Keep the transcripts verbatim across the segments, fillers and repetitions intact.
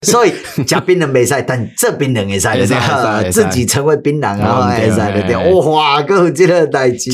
所以吃槟榔袂使，但这槟榔会使的，对，自己成为槟榔然后会使的，对，哇，还有这个代志。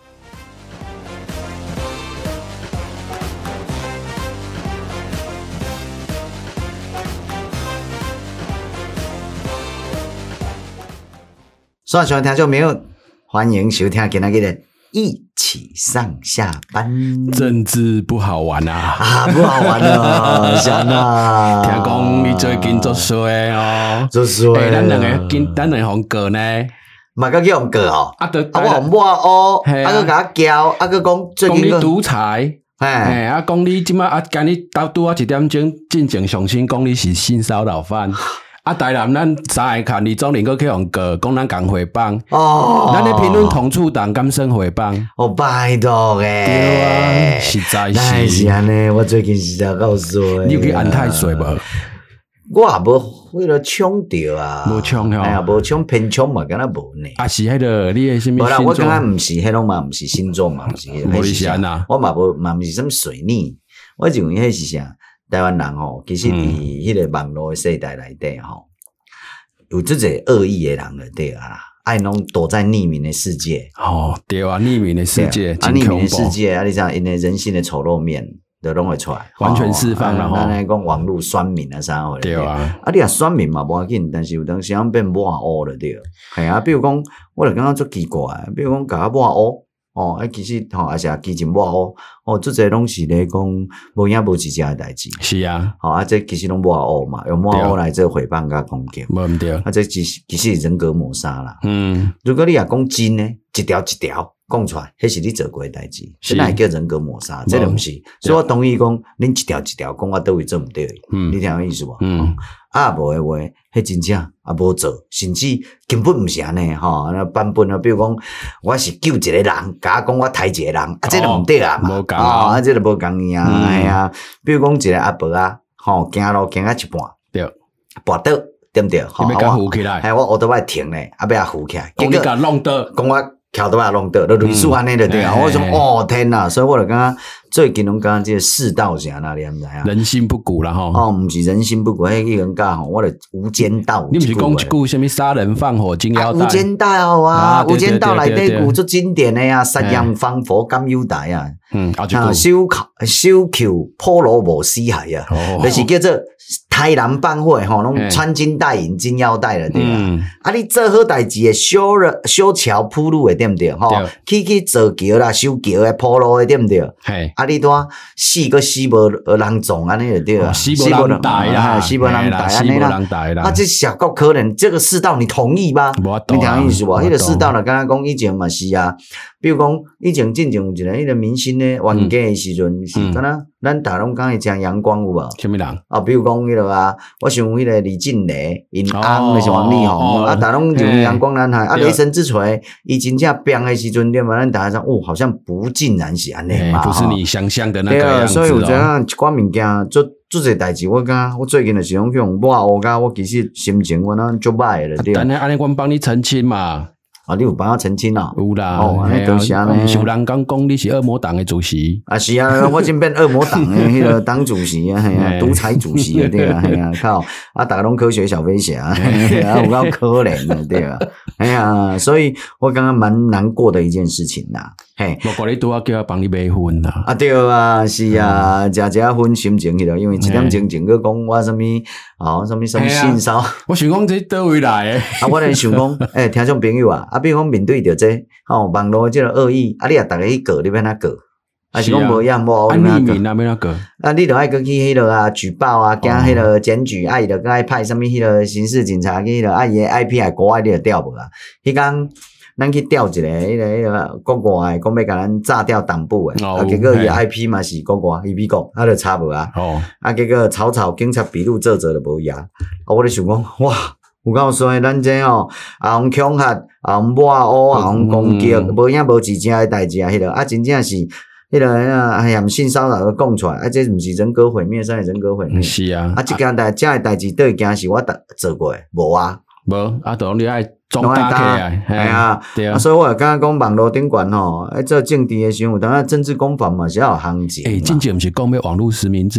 所以，喜欢听众朋友，欢迎收听今天的一起上下班。 政治不好玩啊！ 啊，不好玩哦，想啊！ 听讲你最近做衰哦， 做衰。 诶，咱两个今咱两个互过呢， 嘛个叫互过哦。 啊，得啊，我互抹黑，啊，佮甲我交，啊，佮讲最近讲你独裁。 哎， 啊，讲你即摆啊，今日到拄啊一點鐘進前上新講你是性騷擾犯。啊！台南咱三個看李宗霖閣去互告，講咱共誹謗。哦，咱咧評論同處黨敢算誹謗？ 哦，拜託誒， 對啊，實在是。 是安尼，我最近實在夠衰。 你有去安泰水無？ 我也無為了搶着啊， 無搶吼。 哎呀，無搶偏搶嘛，敢若無呢。 啊，是迄個你誒什麼星座？ 無啦，我感覺毋是，迄種嘛毋是星座嘛，毋是。 無你是安那？ 我嘛無嘛毋是什麼水逆，我認為迄是啥？台灣人吼，其實佇迄個網絡誒世代內底吼，有即個惡意誒人就對啊啦，愛攏躲在匿名誒世界。 哦，對啊，匿名誒世界， 啊，匿名誒世界，啊，你知影因誒人性誒醜陋面，就攏會出來， 完全釋放啦吼。 咱來講網絡酸民啊啥貨。 對啊，啊，你若酸民嘛無要緊，但是有當時通變抹黑了對。係啊，比如講，我就感覺足奇怪，比如講甲我抹黑。哦，啊，其實吼，也是啊，基情抹黑，哦，即個攏是咧講無影無真正誒代志。 是啊， 好、哦、啊，這其實攏抹黑嘛，用抹黑來做誹謗甲攻擊， 無毋對。 啊，這其實其實人格抹殺啦。嗯，如果你也講真呢，一條一條講出來，迄是你做過誒代志，這哪會叫人格抹殺？這毋是。所以我同意講，恁一條一條講我倒位做毋對，嗯，你聽有意思無？嗯。啊，無誒話，迄真正啊無做，甚至根本毋是安尼吼。那版本啊，比如講，我是救一個人，甲我講我殺一個人，啊，這就毋對啊嘛。 無共啊，啊，這就無共伊啊，係啊。比如講一個阿伯啊，吼，行路行啊一半，對，跋倒，對毋對？ 你要甲扶起來， 係我後頭擺停咧，啊，要啊扶起來， 講你甲弄倒， 講我橋頭啊弄倒，就類似安尼就對啊。我講哦天哪，所以我就感覺最近攏感覺這個世道是安那，你毋知影？ 人心不古啦吼。 哦，毋是人心不古，迄個人講吼，我著無間道。 你毋是講一句什麼殺人放火金腰帶？ 無間道啊，無間道內底句足經典誒啊，殺人放火金腰帶啊。嗯，啊，手扣手扣普羅無死害啊，就是叫做台南幫會吼，攏穿金戴銀金腰帶了對啊。啊，你做好代志誒，修了修橋鋪路誒對毋對？吼，去去造橋啦，修橋誒鋪路誒對毋對？係。啊，你拄死個死無人撞安尼就對啊， 死無人逮啦， 死無人逮安尼啦。啊，這小夠可能，這個世道你同意嗎？你聽意思無？迄個世道啦，敢若講以前嘛是啊，比如講以前進前有一個迄個明星咧。冤家誒時陣是敢若咱大攏講會講陽光有無？ 什麼人？ 啊，比如講迄個啊，我想迄個李靜蕾、尹安誒是王力宏，啊，大攏就陽光男孩，啊，雷神之錘，伊真正變誒時陣，對嘛？咱大家講，哦，好像不盡然是安尼嘛， 不是你想象的那個樣子。 對啊，所以有陣啊，一寡物件做做這代誌，我感我最近誒時陣用抹黑甲我其實心情我呾足歹誒，對。 安尼安尼，阮幫你澄清嘛。 啊，你有幫我澄清啊？ 有啦， 哦，安尼就是安尼。 毋是有人講講你是惡魔黨誒主席？ 啊，是啊，我真變惡魔黨誒迄個黨主席啊，係啊，獨裁主席啊，對啊，係啊，靠，啊，大家攏科學小飛俠，啊，有夠可憐啊，對啊，哎呀，所以我剛剛蠻難過的一件事情啦，嘿。 無怪你拄仔叫我幫你買薰啦。啊， 對啊，是啊，食食薰心情迄個，因為一點鐘前佫講我啥物，哦，啥物啥物性騷。 我想講這倒位來誒？ 啊，我咧想講，誒，聽眾朋友啊。啊，比如講面對着這吼網絡即個惡意，啊，你也逐個去告，你要哪告？啊，是講無樣無你哪告？ 啊，哪告？ 啊，你著愛擱去迄落啊舉報啊，驚迄落檢舉，啊，伊著擱愛派啥物迄落刑事警察去迄落，啊，伊個 I P 還國外你著調無啊？迄工咱去調一個迄個迄個國外，講要甲咱炸掉黨部誒，啊，結果伊個 I P 嘛是國外，伊美國，啊，著查無啊？哦，啊，結果草草警察筆錄做做著無呀？啊，我咧想講，哇！有夠衰，咱這吼，啊，互恐嚇，啊，互抹黑，啊，互攻擊，無影無真正誒代志啊，迄個啊，真正是迄個啊，嫌性騷擾都講出來，啊，這毋是人格毀滅，啥人格毀滅？是啊，啊，即件代，這個代志倒會驚是我逐做過誒，無啊，無，啊，都你愛裝大起來，係啊，對啊，所以我就感覺講網絡頂懸吼，誒，做政治誒時候，當然政治攻防嘛是要有行情。誒，真正毋是講要網絡實名制。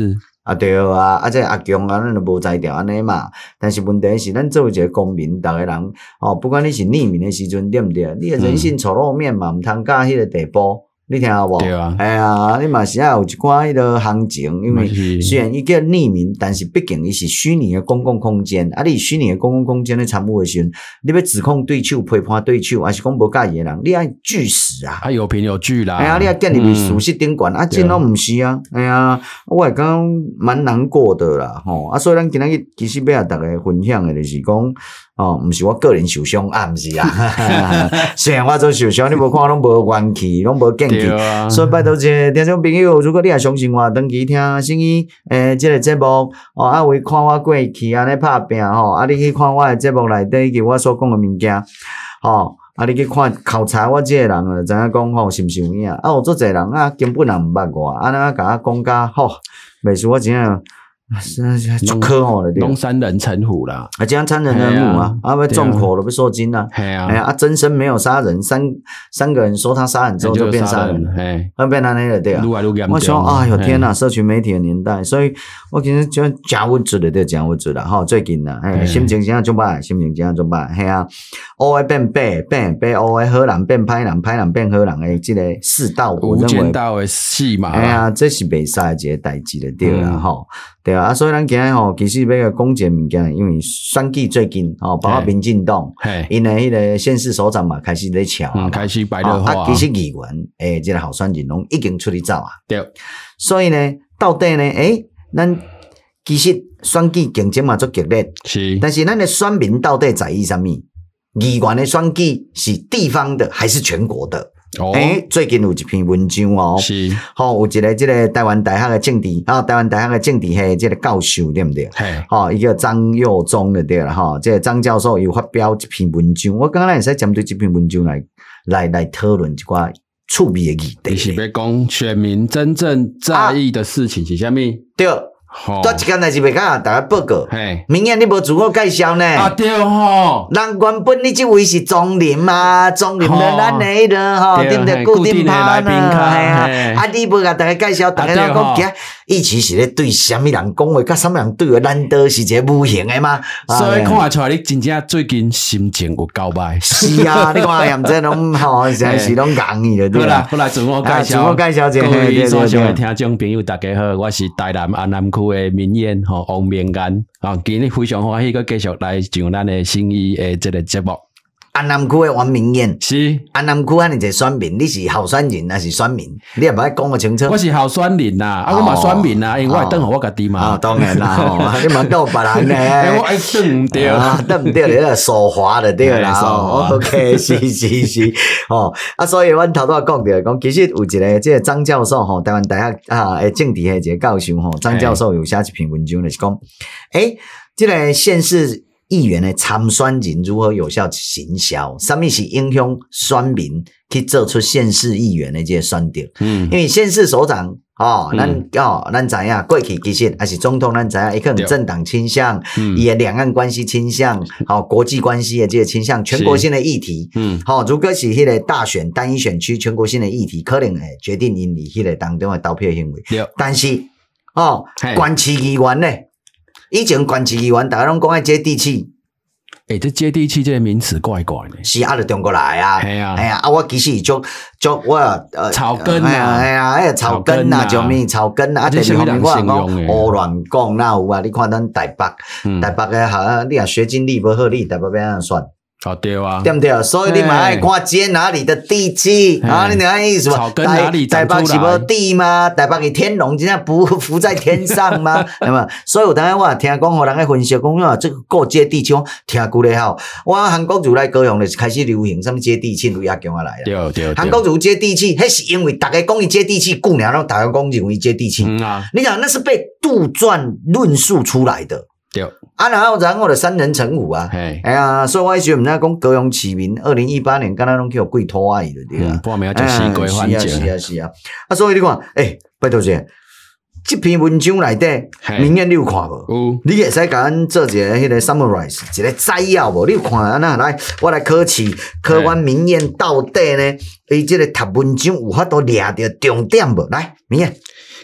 啊对啊，啊这阿强啊，咱就无才调安尼嘛。但是问题是，咱作为一个公民，逐个人哦，不管你是匿名的时阵，对毋对？你的人性丑陋面嘛，毋通到迄个地步。你听有无？ 对啊， 哎呀，你嘛是要有一寡迄个行情，因为虽然伊叫匿名，但是毕竟伊是虚拟的公共空间，啊，你虚拟的公共空间咧参与的时阵，你要指控对手、批判对手，还是讲无介意的人，你爱据实啊， 啊有凭有据啦， 哎呀，你爱建立伫事实顶悬，啊，真拢毋是啊，哎呀，我会感蛮难过的啦，吼，啊，所以咱今仔日其实要甲大家分享的就是讲。哦，毋是我个人受伤啊，毋是啊。虽然我做受伤，你无看拢无元气，拢无元气，啊、所以拜托这听众朋友，如果你也相信我，长期听生意诶，这个节目哦，啊为看我过去安尼拍拼吼，啊你去看我的节目内底，以及我所讲的物件，吼、哦，啊你去看考察我这个人了，知影讲吼是毋是有影？啊有做侪人啊，根本也毋捌我，啊那甲我讲甲吼，袂输我真正。是足可恶的， 龙山人成虎啦， 啊，这样残忍的母啊，啊，被重口了，被受惊了， 哎呀， 哎呀，啊，真身没有杀人，三三个人说他杀人之后就变杀人，哎，那变那那个对啊，我想，哎呦天哪，社群媒体的年代，所以我今日就真无助的，对，真无助啦，吼，最近啦，哎，心情怎样怎办？心情怎样怎办？嘿啊，乌的变白，白变乌的好人变歹人，歹人变好人的这个世道，我认为， 无间道的戏嘛， 哎呀，这是袂使的一个代志的对啦，吼。对啊，所以咱今日吼，其实要个讲一个物件，因为选举最近吼，包括民进党，因为迄个县市首长嘛开始咧吵啊， 开始白热化啊，其实议员诶，即个候选人拢已经出去走啊。 对， 所以呢，到底呢，诶，咱其实选举竞争嘛足激烈， 是， 但是咱的选民到底在意什么？议员的选举是地方的还是全国的？ 哦， 诶，最近有一篇文章哦， 是， 吼、哦，有一个即个台湾大学的政治，啊，台湾大学的政治系即个教授对毋对？ 嘿， 吼、哦，一个张佑忠的对啦，吼、哦，即个张教授有发表一篇文章，我感觉咱会使针对这篇文章来来来讨论一寡趣味的议题。 你是要讲选民真正在意的事情是啥物？ 对。多一件代志袂甲大家报告，明年你无自我介绍呢？ 啊对吼， 人原本你这位是总林嘛，总林的咱的迄个吼，对不对？固定趴呢，啊，你无甲大家介绍，大家讲讲，伊其实咧对什么人讲话，甲什么人对话，难道是一个无形的吗？ 所以看出来你真正最近心情有够歹。 是啊，你看嫌这拢吼，实在是拢硬去了，对啦。好啦，好来自我介绍， 自我介绍一下， 各位所有的听众朋友，大家好，我是台南安南区的民演吼王明言啊，今日非常欢喜，佮继续来上咱的新意的这个节目。 安南区的王明彦是安南区安尼一个选民，你是候选人还是选民？你也无讲个清楚。 我是候选人呐，啊，我嘛选民呐，因为我会等候我家己嘛。 啊，当然啦，吼，你嘛斗别人呢？ 我爱等唔对， 啊，等唔对，你个手滑的对啦。OK， 是是是，哦，啊，所以阮头拄仔讲着讲，其实有一个即个张教授吼，台湾大学啊诶政治系一个教授吼，张教授有写一篇文章就是讲，诶，即个县市议员的参选人如何有效行销？什么是影响选民去做出县市议员的这个选择？嗯，因为县市首长哦，咱、嗯、哦，咱知影过去其实还是总统，咱知影伊可能政党倾向，伊的两岸关系倾向，好、哦、国际关系的这个倾向，全国性的议题，嗯，好、哦，如果是迄个大选单一选区全国性的议题，可能会决定因伫迄个当中的投票行为。但是哦，县市议员呢？以前县市议员，大家拢讲爱接地气。 诶、欸，这接地气这个名词怪怪的。 是啊，就中国来啊。 系啊， 哎呀，啊，我其实就就我呃草根啊， 哎呀，哎呀，草根啊，叫咩草根啊？啊，第二方面我讲胡乱讲哪有啊？你看咱台北，嗯、台北诶，好像你若学经历无好，你台北要安怎选？ 哦对啊， 对不对？所以你嘛爱看接哪里的地气啊？你哪意思嘛？ 草根哪里台北是无地吗？台北的天龙真正不浮在天上吗？那么，所以有当我听讲，有人在分析讲啊，这个够接地气，听久了后，我韩国如来高雄就开始流行什么接地气，卢亚强啊来了。 对对， 韩国如接地气，迄是因为大家讲伊接地气，故年拢大家讲认为接地气。嗯啊，你讲那是被杜撰论述出来的。 对啊，然后然后的三人成虎啊，哎呀，所以我以前我们在讲高雄市民，二零一八年刚才拢叫跪拖阿姨的对啊， 半暝就死鬼环境， 是啊是啊，啊，所以你看，诶、欸，拜托者，这篇文章内底，明年你有看无？有，你会使甲咱做一个迄个 summarize， 一个摘要无？你有看啊？那来，我来考试，考阮明年到底呢？伊这个读文章有法度抓到重点无？来，明年。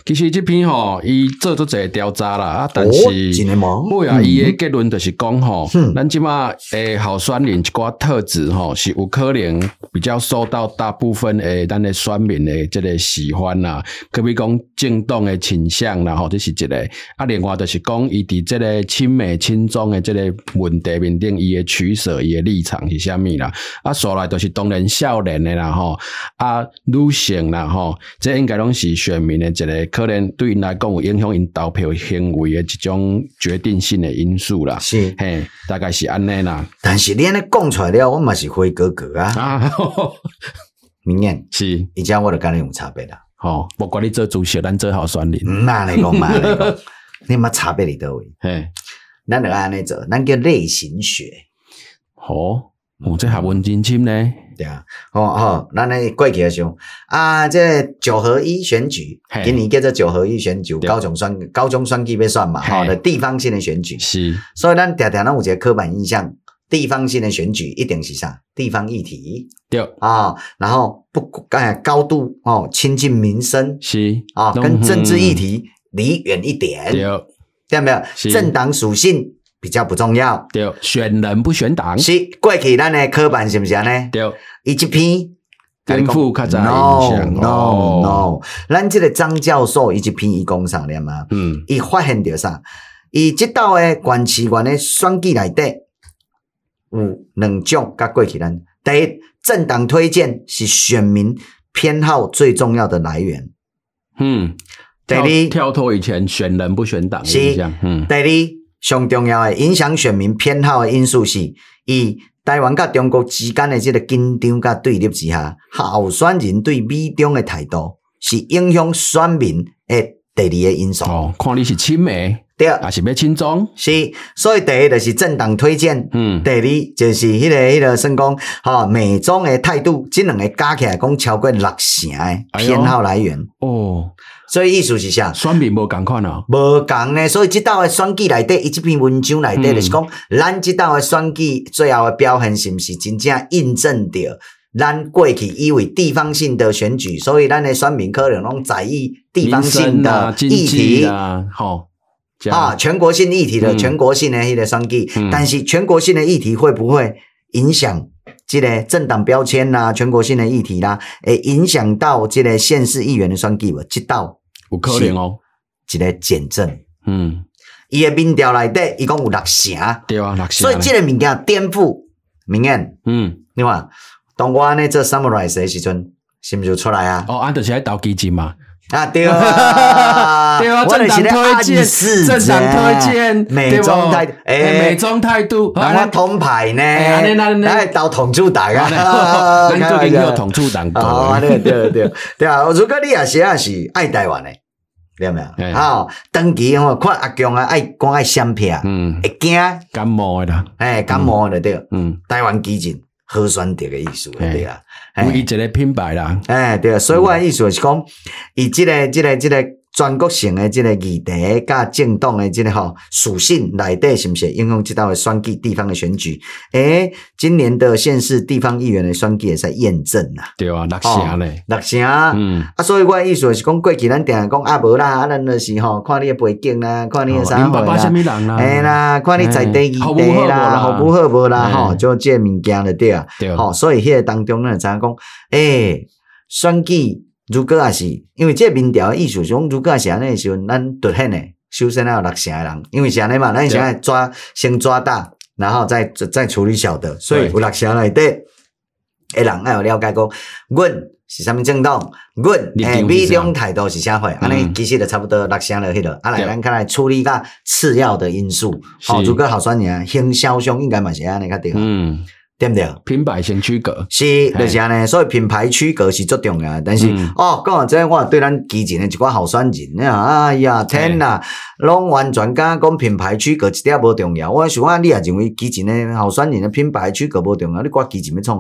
其实这篇吼，伊做做侪调查啦，啊，但是， 哦、真的吗？ 对啊，伊诶结论就是讲吼， 嗯、 咱即马诶候选人一寡特质吼，是有可能比较受到大部分诶咱诶选民诶即个喜欢啦，可比讲政党诶倾向啦，吼，这是一个。啊，另外就是讲伊伫即个亲美亲中诶即个问题面顶，伊诶取舍，伊诶立场是啥物啦？啊，所来就是当然少年诶啦吼，啊，女性啦吼，这应该拢是选民诶一个可能对因来讲有影响因投票行为诶一种决定性诶因素啦。 是， 嘿，大概是安尼啦。 但是你安尼讲出来了，我嘛是灰哥哥啊。啊，明艳是， 伊只我就跟你有差别啦。 吼，无管你做主席，咱做候选人。 嗯，那你讲嘛，你讲，你嘛差别伫倒位？ 嘿， 咱就安尼做，咱叫类型学。 好。哦，这学问真深呢。 对啊，哦哦，咱咧过去诶想啊，这九合一选举，今年叫做九合一选举，高中选高中选举要选嘛，吼的地方性的选举。 是， 所以咱常常咱有一个刻板印象，地方性的选举一定是啥？地方议题。 对啊、哦，然后不哎高度哦亲近民生是啊、哦，跟政治议题离远一点。 对， 对没有？政党属性。比较不重要， 对，选人不选党， 是过去咱的科版是不是安尼？ 对， 伊一篇颠覆较早印象 ，no no no， 咱这个张教授伊一篇伊讲啥念嘛？嗯，伊发现到啥？伊即道的县市员的选举内底有两种，甲过去咱第一，政党推荐是选民偏好最重要的来源。嗯，第二， 跳脱以前选人不选党的印象。嗯， 第二。上重要的影响选民偏好的因素是，以台湾甲中国之间的这个紧张甲对立之下，候选人对美中的态度是影响选民的第二个因素。 哦，看你是亲美， 对， 还是要亲中？ 是，所以第一就是政党推荐，嗯，第二就是迄、那个迄、那个算讲，哈、哦，美中的态度，这两个加起来讲超过六成的偏好来源。哎、哦。所以意思是啥？ 选民无共款啊， 无共呢。所以这道的选举内底，伊这篇文章内底就是讲，嗯、咱这道的选举最后的表现是毋是真正印证着咱过去以为地方性的选举，所以咱的选民可能拢在意地方性的议题啊，好啊，全国性议题的、嗯、全国性的迄个选举、嗯，但是全国性的议题会不会影响？这个政党标签啦、啊，全国性的议题啦，会影响到这个县市议员的选举无？这道有可能哦， 一个检证。嗯，伊的民调内底，伊讲有六成， 对啊，六成。 所以这个物件颠覆明眼。嗯，你看，当我呢做 summarize 的时阵，是不是就出来啊？ 哦，按就是喺投基金嘛。 啊对啊， 对啊，政党推荐，政党推荐， 美中态， 诶，美中态度， 人我统派呢， 安尼安尼， 来投统促党啊， 咱最近有统促党哦，对对对对啊，如果你也是也是爱台湾的，了没有？好，长期吼看阿强啊，爱讲爱闪避，嗯，会惊感冒的啦， 诶，感冒的对，嗯，台湾基进好选择的意思对啊。 唯一一个品牌啦， 哎，对啊，所以我的意思是讲，以这个、这个、这个全国性的这个议题，甲政党的这个吼属性内底，是不是影响这道的选举地方的选举？诶，今年的县市地方议员的选举也在验证啦。 对啊，六成咧， 六成，嗯，啊，所以我的意思是讲，过去咱定讲啊无啦，啊，咱就是吼，看你的背景啦，看你的啥货啦，哎啦，看你在地议题啦，好不好无啦，吼，就这物件就对啊，对，吼，所以迄个当中咱知影讲，诶，选举。如果也是，因为这个民调的意思是讲，如果也是安尼的时候，咱凸显的首先要有六成的人，因为是安尼嘛，咱先来抓先抓大，然后再再处理小的，所以有六成内底的人要有了解讲，阮是啥物政党，阮诶美中态度是啥货，安尼其实就差不多六成了迄个，啊来咱看来处理甲次要的因素，好，如果候选人行销上应该嘛是安尼较对。嗯。对不对？ 品牌先区隔是，就是安尼，所以品牌区隔是最重要的。但是、嗯、哦，讲到这，我对咱基层的一寡候选人啊，哎呀天哪，拢完全讲讲品牌区隔一点无重要。我想讲，你也認為基層的候選人的品牌區隔無重要，你掛基層要創啊？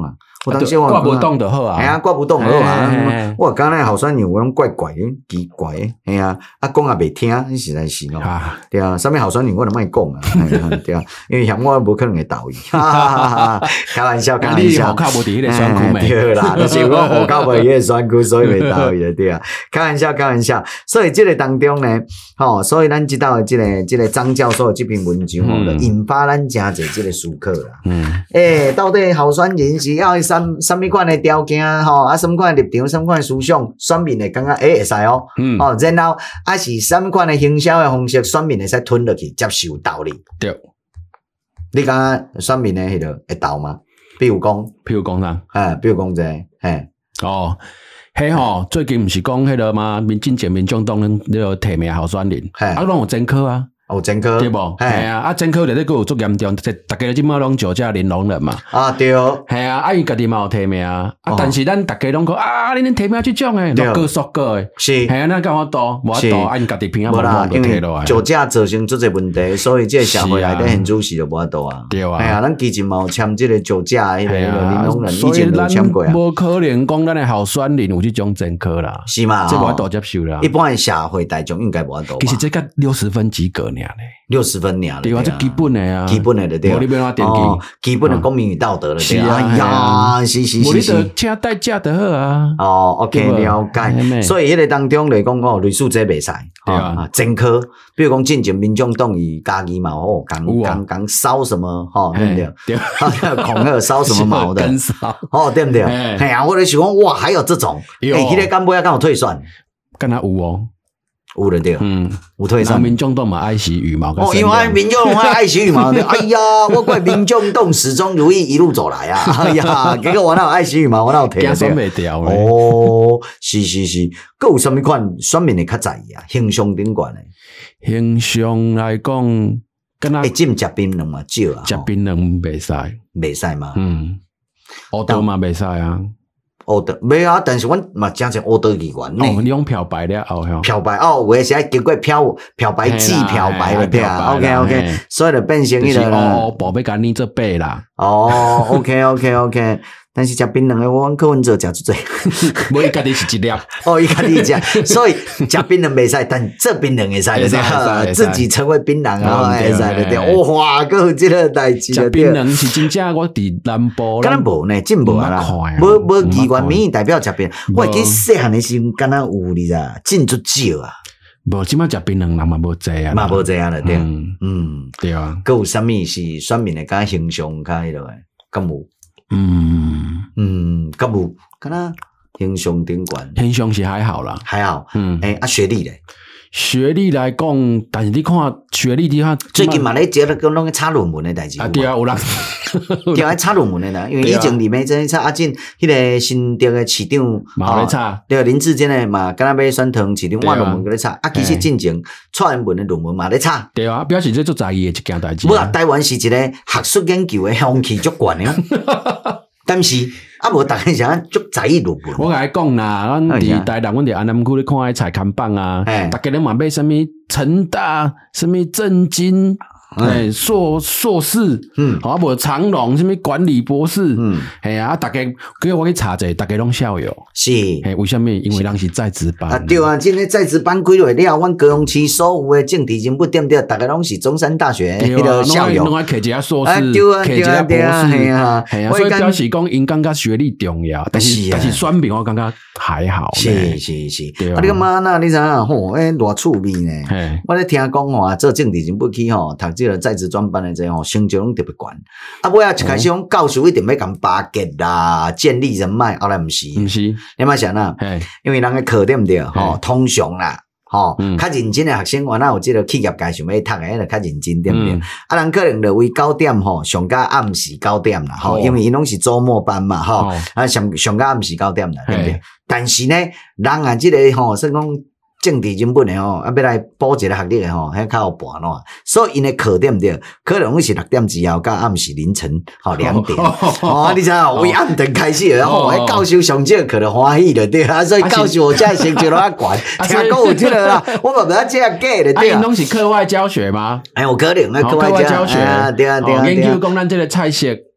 有当时我挂不动就好啊， 哎呀，挂不动就好啊。我刚才好酸牛，我拢怪怪的，奇怪的，哎呀，啊讲也袂听，你实在是咯，对啊，上面好酸牛我都莫讲啊，对啊，因为嫌我无可能会倒伊，开玩笑，开玩笑， 你靠无伫迄个选区对啦，但是我我靠无迄个选区，所以袂倒伊的，对啊，开玩笑，开玩笑，所以这个当中呢，吼，所以咱知道的这个这个张教授的这篇文章吼，就引发咱真侪这个思考啦，嗯，诶，到底候选人是要什什么款的条件吼，啊，什么款的立场，什么款的思想，选民会感觉诶会使哦，嗯，哦，然后啊是什么款的行销的方式，选民会使吞落去接受道理， 对， 你感觉选民的迄个会投吗？比如讲， 比如讲啥？ 哎，比如讲这，嘿， 哦。迄吼，最近毋是讲迄个吗？民进前民众党恁迄个提名候选人，啊，拢有前科啊， 有前科对无？系啊，啊前科里底佫有足严重，即大家即马拢酒驾零容忍嘛。 啊，对， 系啊，啊伊家己嘛有提名啊，啊但是咱大家拢讲啊，恁恁提名即种诶，落个缩个诶，是，系啊，咱敢法度，无法度，啊因家己凭啊无啦， 因为酒驾造成足侪问题，所以即个社会内底现主是就无法度啊。对啊，系啊，咱之前嘛有签即个酒驾迄个零容忍，以前都签过啊。 无可能讲咱诶候选人有即种前科啦， 是嘛？ 这无法度接受啦。 一般诶社会大众应该无法度。 其实这个六十分及格尔咧。 六十分尔， 对啊，这基本的啊， 基本的就对， 无你变哪电机， 基本的公民与道德了，对啊，哎呀，是是是， 无你得请代驾就好啊。 哦 ，OK， 了解。所以迄个当中来讲哦，类似这袂使，对啊，前科，比如讲进前民众党伊家己嘛，哦，讲讲讲烧什么，吼，对不对？对，恐吓烧什么毛的，哦，对不对？哎呀，我就想讲，哇，还有这种，哎，迄个干部要刚好退选， 敢若有哦。 有了对，嗯，有退选。 民众党嘛爱惜羽毛， 哦，因为民众党爱惜羽毛，哎呀，我怪民众党始终如一一路走来啊，哎呀，结果我哪有爱惜羽毛，我哪有退了对。 袂掉哦，是是是，佫有啥物款选民会较在意啊？形象顶悬诶， 形象来讲，敢若会浸食槟榔嘛少啊？ 食槟榔袂使， 袂使嘛？ 嗯，乌豆嘛袂使啊。 乌道没啊，但是阮嘛真正乌道议员呢。 哦，你用漂白了后， 漂白哦，有诶是爱经过漂漂白剂漂白了对啊。OK OK， 所以就变成迄个啦。 哦，宝贝甲你做白啦。 哦 ，OK OK OK， 但是食槟榔诶，我阮柯文哲食足侪。 无伊家己是一粒。 哦，伊家己食，所以食槟榔袂使，但这槟榔会使了对，自己成为槟榔啊会使了对。哇，佫有即个代志了对。 食槟榔是真正我伫南部。 敢若无呢，真无啊啦。无无机关民意代表食槟榔，我会记细汉诶时阵，敢若有你知，真足少啊。 无即摆食槟榔人嘛无济啊， 嘛无济啊了对。 嗯，对啊。 佫有啥物是选民诶较形象较迄落诶，敢有？ 嗯嗯，敢有？敢若形象顶悬， 形象是还好啦， 还好。嗯，诶，啊学历咧？ 学历来讲，但是你看学历，你看最近嘛咧，接了个拢查论文诶代志。 啊，对啊，有人对啊，查论文诶啦，因为以前里面真查阿进迄个新竹诶市长嘛咧查， 对林志坚诶嘛，敢若要选堂市长，我论文个咧查，啊，其实进前串文诶论文嘛咧查。 对啊，表示这做在意诶一件代志。 无啊，台湾是一个学术研究诶风气足悬诶，但是。啊，无逐个啥足在意论文。 我甲你讲啦，阮伫台南，阮伫安南区咧看迄菜刊榜啊，逐个拢嘛买啥物成大、啥物政经、诶硕硕士，嗯，啊无长隆啥物管理博士，嗯，系啊，逐个叫我去查者，逐个拢校友。 是， 诶，为虾米？因为人是在职班。 啊，对啊，今日在职班几落了，阮高雄市所有诶政治人物点点，逐个拢是中山大学迄个校友， 拢爱摕一下硕士， 摕一下博士，系啊， 系啊，所以表示讲因感觉学历重要，但是但是选民我感觉还好。 是是是，啊，你感觉那你知影吼？诶，偌趣味呢？我咧听讲吼，做政治人物去吼，读这个在职专班诶，这吼成绩拢特别悬。啊，尾啊一开始讲教授一定要讲巴结啦，建立人脉，后来毋是， 毋是， 你莫想啦，因为人诶课对毋对？吼，通常啦。吼，较认真诶学生，我哪有即个企业界想要读诶，就较认真对毋对？啊，人可能就为九点吼，上到暗时九点啦，吼，因为因拢是周末班嘛，吼，啊上上到暗时九点啦，对毋对？但是呢，人啊，即个吼，算讲政治人物诶吼，啊要来补一个学历诶吼，迄较有半烂，所以因诶课对毋对？可能是六点之后到暗时凌晨吼两点，哦，你知影为暗顿开始，然后迄教授上少可能欢喜了对啊，所以教授我才成绩拢较悬，听讲有即个啦，我嘛不要这样假的对啊。 拢是课外教学吗？ 哎，有可能啊， 课外教学对啊对啊， 研究讲咱这个菜色。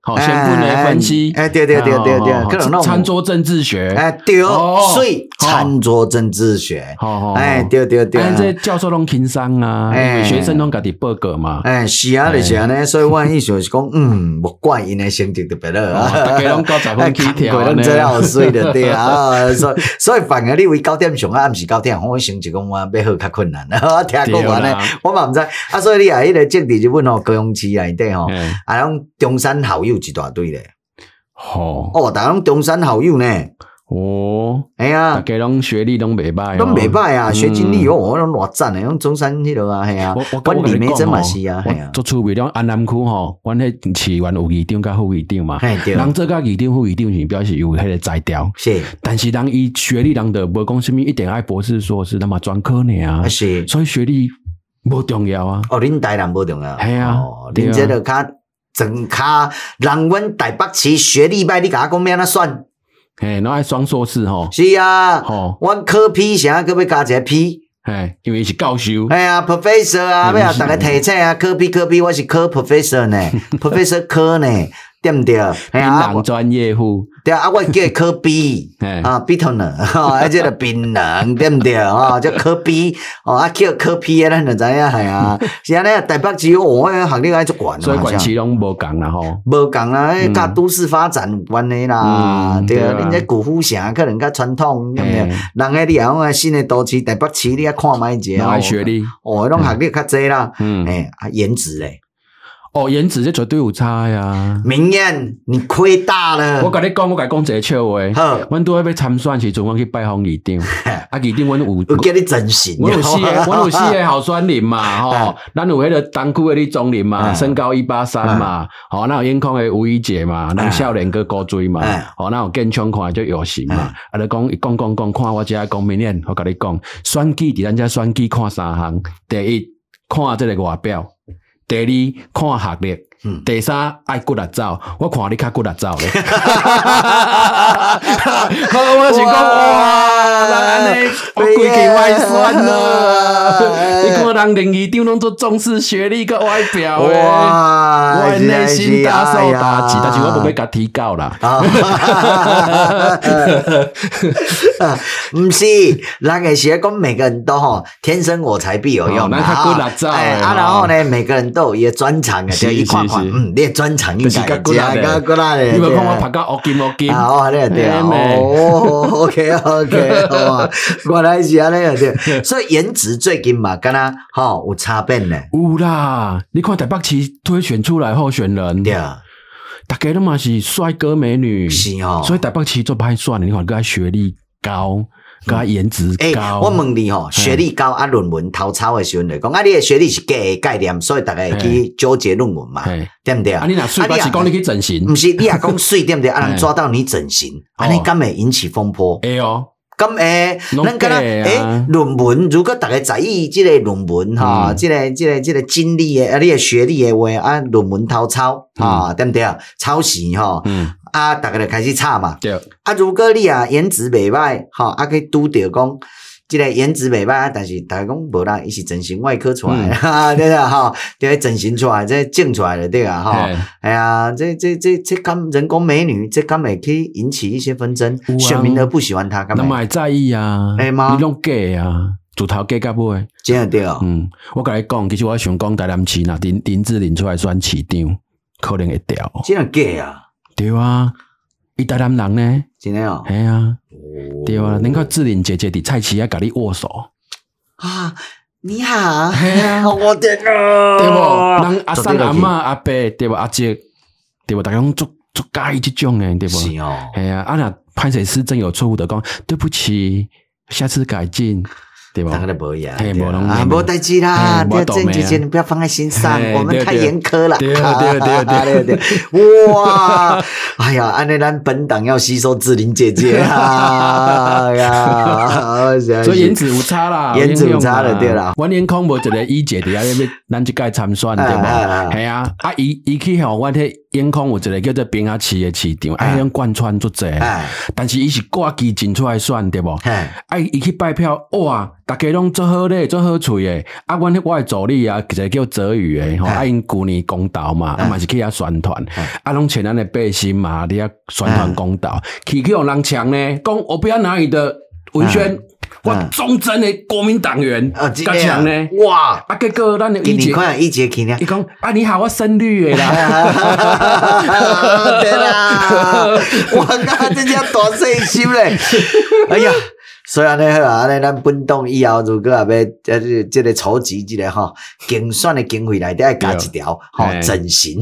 好，先分的分析， 哎，对对对对对， 可能餐桌政治学， 哎，对，所以餐桌政治学，哎，对对对， 哎，这教授拢轻松啊，因为学生拢家己报告嘛， 哎，是啊，就是安尼，所以我意思是讲，嗯，莫怪因的成绩特别好， 大家拢九十分起跳， 拢这样水的对啊，所以所以反而你为九点上啊，毋是九点，我成绩讲我要好较困难，我听讲完咧，我嘛毋知，啊，所以你啊，迄个政治日本吼，高雄市内底吼，啊，拢中山好友一大堆咧。 吼哦，大家拢中山好友呢。 哦， 哎呀， 大家拢学历拢袂歹， 拢袂歹啊，学经历哦，我拢偌赞诶，拢中山迄落啊，系啊，阮李梅珍嘛是啊，系啊。 做趣味了安南区吼，阮迄市原有议长甲副议长嘛，人做甲议长副议长是表示有迄个才调， 是。 但是人伊学历人就无讲什么一定爱博士硕士，那么专科呢啊， 是。 所以学历无重要啊。 哦，恁台南无重要， 系啊， 恁这个较。整卡人阮台北市学历歹，你甲我讲要安怎算？ 嘿，侬爱双硕士吼？ 是啊，吼，阮科 P 啥个要加一个 P？ 嘿，因为是教授。 哎呀 ，professor 啊，要啊，大家提醒啊，科 P 科 P， 我是科 professor 呢 ，professor 科呢，对毋对？ 槟榔专业户。 对啊，我叫科 B 啊 ，bitterness， 啊，这个槟榔对毋对？哦，叫科 B， 哦，啊叫科 P 啊，咱就知影系啊。是安尼，台北市哦，学历爱足悬， 所以管区拢无共啦吼， 无共啦，迄甲都市发展有关系啦，对啊，恁这古府城可能较传统，对毋对？人迄你讲新的都市台北市，你啊看卖者， 爱学历， 哦，拢学历较济啦，嗯，诶，啊，颜值嘞。 哦，颜值这绝对有差呀！ 明艳，你亏大了。 我甲你讲，我甲你讲一个笑话。好，阮拄仔要参选时阵，阮去拜访议长。啊，议长，阮有有叫你整形。 阮有四个，阮有四个候选人嘛，吼。咱有迄个东区的李宗仁嘛，身高一八三嘛。吼，咱有眼眶的吴怡洁嘛，咱少年个高追嘛。吼，咱有健康看就有型嘛。啊，你讲讲讲讲，看我遮讲明艳，我甲你讲，选举伫咱遮选举看三项：第一，看这个外表。第二看学历，嗯、第三爱骨力走，我看你较骨力走咧。我想讲哇，人安尼我规气外选啊！你看人林议长拢做重视学历个外表诶，我内心大受打击，但是我无要甲提高啦。 唔是，人个是讲每个人都吼天生我材必有用， 那较骨力走诶。 啊，然后呢，每个人都有伊个专长嘅，就一看看，嗯，你专长应该骨力嘅，骨力嘅。 你无看我拍到乌金乌金啊？哦，你对啊，哦 ，OK OK， 好，原来是安尼对，所以颜值最近嘛，敢若吼有差别呢。 有啦，你看台北市推选出来候选人， 对啊， 大家都嘛是帅哥美女， 是哦， 所以台北市做歹选的，你看个学历高。甲颜值高， 欸、我问你吼，学历高啊，论文偷抄的时阵来讲，啊，你的学历是假的概念，所以大家会去纠结论文嘛，对不对啊？ 啊，你若水，是讲你去整形， 不是你也讲水，对不对？啊，人抓到你整形，啊，你敢会引起风波？ 会哦。 咁诶，咱敢若诶，论文如果大家在意即个论文哈，即个即个即个经历诶，啊，你诶学历诶话，啊，论文偷抄啊，对不对啊？抄袭哈，啊，大家就开始吵嘛。 对。 啊，如果你啊颜值袂歹，哈，啊，去拄着讲。即个颜值袂歹，但是大家讲无啦，伊是整形外科出来的，哈，对啊，哈，对，整形出来，这整出来的，对啊，哈，哎呀，这这这这敢人工美女，这敢会去引起一些纷争，选民而不喜欢她，干嘛？ 那么会在意啊？ 哎妈， 你拢假啊，自头假甲尾， 真的对啊。 嗯，我甲你讲，其实我想讲台南市呐，林林志玲出来选市长，可能会掉。 真的假啊？ 对啊，伊台南人呢？ 真的哦。 系啊。对啊，能够志玲姐姐伫菜市啊，甲你握手啊！你好， 系啊， 我天啊， 对无？人阿三阿嬷阿伯对无？阿姐对无？大家拢足足介意即种诶，对无？ 是哦， 系啊，啊若歹势施政有错误的讲，对不起，下次改进。对吧？ 大家都无呀， 啊， 无代志啦，这这这些你不要放在心上，我们太严苛了。 对对对对对，哇！哎呀，按那咱本党要吸收志玲姐姐啊呀， 所以颜值有差啦， 颜值有差了，对啦。 阮眼眶无一个一姐伫遐要咱即届参选对无？系啊，啊伊伊去吼，阮迄永康有一个叫做兵仔市的市场，哎，用贯穿足济，但是伊是挂基进出来选对无？哎，伊去拜票，哇，大家拢做好咧，做好喙诶。啊，阮我诶助理啊，一个叫泽宇诶，吼，啊，因旧年公道嘛，啊嘛是去遐宣传，啊，拢请咱诶百姓嘛，伫遐宣传公道，去去互人抢呢，讲我不要拿你的文宣。我忠贞的国民党员，加强呢，哇！啊，结果咱的一姐， 一姐去呢， 伊讲啊，你好，我深绿的啦， 对啦，我靠，这叫大细心嘞！哎呀，所以安尼好啊，安尼咱本党以后如果也要呃这个筹集这个吼竞选的经费内底要加一条吼整形，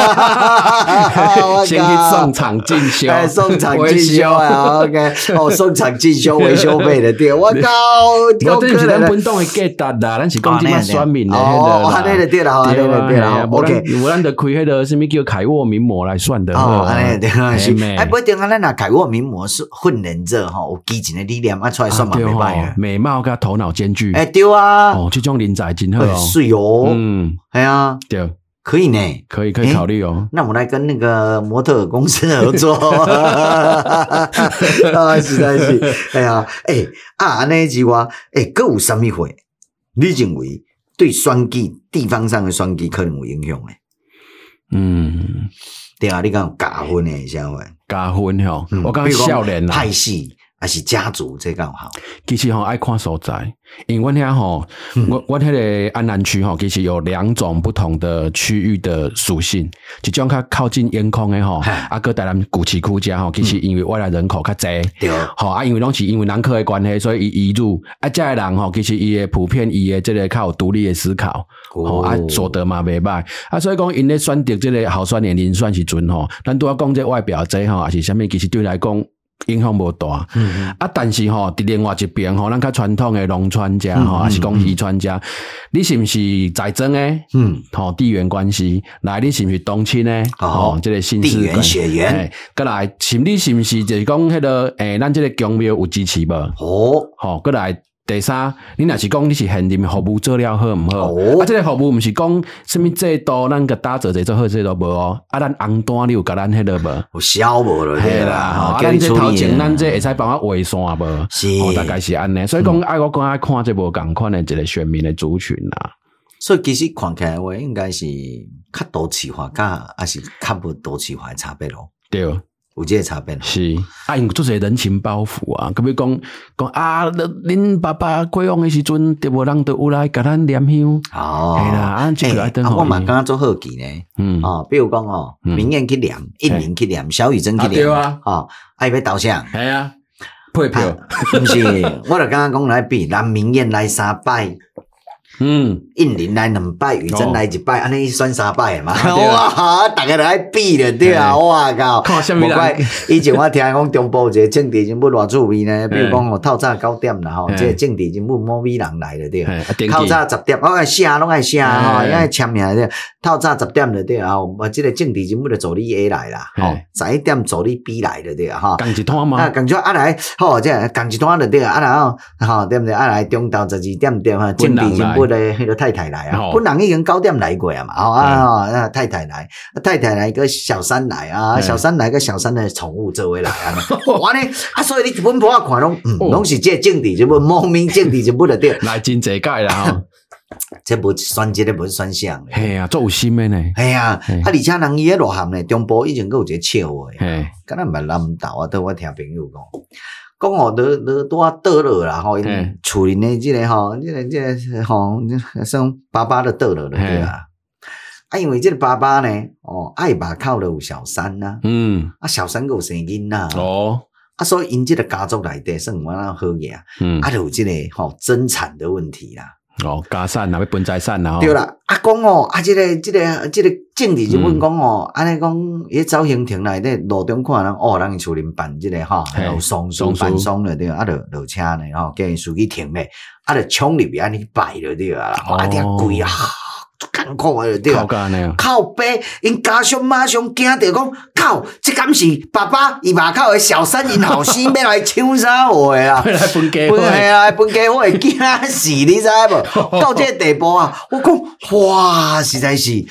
先去送厂进修， 送厂进修啊 ，OK， 哦，送厂进修维修费的对，我靠， 我这是咱本党的价值啦，咱是讲即摆选民的哦，安尼就对啦，安尼就对啦 ，OK， 无咱就开迄个什么叫凯沃名模来选的， 哦，安尼对啦，是，哎，不一定啊，咱若凯沃名模是训练者吼，有基层的理念啊，出来选嘛袂歹啊， 美貌甲头脑兼具， 哎，对啊， 哦，这种人才真好哦， 水哦，嗯，哎呀， 对。 可以呢， 可以可以考虑哦。 那我们来跟那个模特公司合作，啊，实在是，哎呀，哎啊，那句话，哎，各有什么会？你认为对选举地方上的选举可能有影响诶？嗯，对啊，你讲加分诶，啥话？ 加分吼，我讲少年啦， 派系。还是家族这刚好， 其实吼爱看所在，因为阮遐吼，我我迄个安南区吼，其实有两种不同的区域的属性，一种较靠近烟空的吼，啊，搁台南古市区遮吼，其实因为外来人口较侪，对，吼啊，因为拢是因为人口的关系，所以伊移入啊，遮的人吼，其实伊的普遍伊的这个较有独立的思考，吼啊，所得嘛袂歹，啊，所以讲因咧选择这个候选人人选时阵吼，咱拄仔讲这外表这吼，还是啥物，其实对来讲。影响无大，嗯、啊！但是吼，伫另外一边吼，咱较传统的农村家吼，还是讲渔村家，你是毋是在争诶？嗯，吼地缘关系，来你是毋是东亲诶？吼，这个姓氏地缘血缘， 过来，是你是毋是就是讲迄个诶，咱这个公庙有支持无？哦，吼，过来。第三，你若是讲你是现任服务做了好毋好？哦、啊，这个服务毋是讲什么制度，咱个打造者做好制度无哦。啊，咱红单你有甲咱迄个无？ 有销无了，对啦。 啊，咱这头前咱这会使帮我画线无？是，哦，大概是安尼。所以讲，爱我讲爱看这无共款的一个选民的族群啦。 所以其实看起来话，应该是较多次化，甲还是较无多次化的差别咯。 对。 有这个差别是啊，因做些人情包袱啊，可比讲讲啊，恁爸爸过往的时阵，对无人都有来甲咱念香哦，系啦，啊，这个爱等我嘛刚刚做好记呢，嗯，哦，比如讲哦，明艳去念，一年去念，小雨珍去念，啊，哦，爱要导向， 系啊，配票， 不是，我就刚刚讲来比，咱明艳来三摆。嗯，印林来两摆，雨珍来一摆，安尼算三摆嘛？哇，大家都爱比了对啊！哇靠，无怪以前我听讲中部一个政治人物偌趣味呢，比如讲哦，透早九点啦吼，这个政治人物某米人来了对，透早十点，我爱写拢爱写吼，因为签名对，透早十点了对啊，我这个政治人物的助理 A 来啦，吼，十一点助理 B 来了对啊，哈， 共一摊嘛， 啊，共一啊来，吼，这共一摊了对啊，啊然后吼对不对？啊来中昼十二点对哈，政治人物。迄个太太来啊，本人已经九点来过啊嘛，哦啊，太太来，太太来个小三来啊，小三来个小三的宠物做位来啊，完呢啊，所以你一本簿啊看拢，嗯，拢是这政治就不莫名政治就不得对， 来真济届啦吼， 这无选这个无选项， 系啊，做有心的呢， 系啊，啊而且人伊迄落汉呢，中部以前佫有一个笑话，敢若毋捌南投啊，倒我听朋友讲。讲哦，落落多倒落啦吼，因厝里呢，即个吼，即个即个吼，算爸爸的倒落了对啊。啊，因为即个爸爸呢，哦，爱把靠了有小三呐，嗯，啊，小三有生囡呐，哦，啊，所以因即个家族内底算有哪好嘢啊，嗯，啊，就有即个吼争产的问题啦。 哦，家产呐，要分财产呐， 对啦，啊，讲哦，啊，即个即个即个政治人物讲哦，安尼讲，伊走行亭内底路中看人哦，人厝林办即个吼，有丧事办丧了对，啊，就落车呢吼，叫因司机停咧，啊，就冲入去安尼摆了对啊，啊，遐贵啊。艰苦诶，对啊，靠背，因家属马上惊着讲，靠，这敢是爸爸伊马口诶小三因后生要来抢啥货诶啦？ 要来分家伙， 系啊，分家伙会惊死，你知无？到这个地步啊，我讲哇，实在是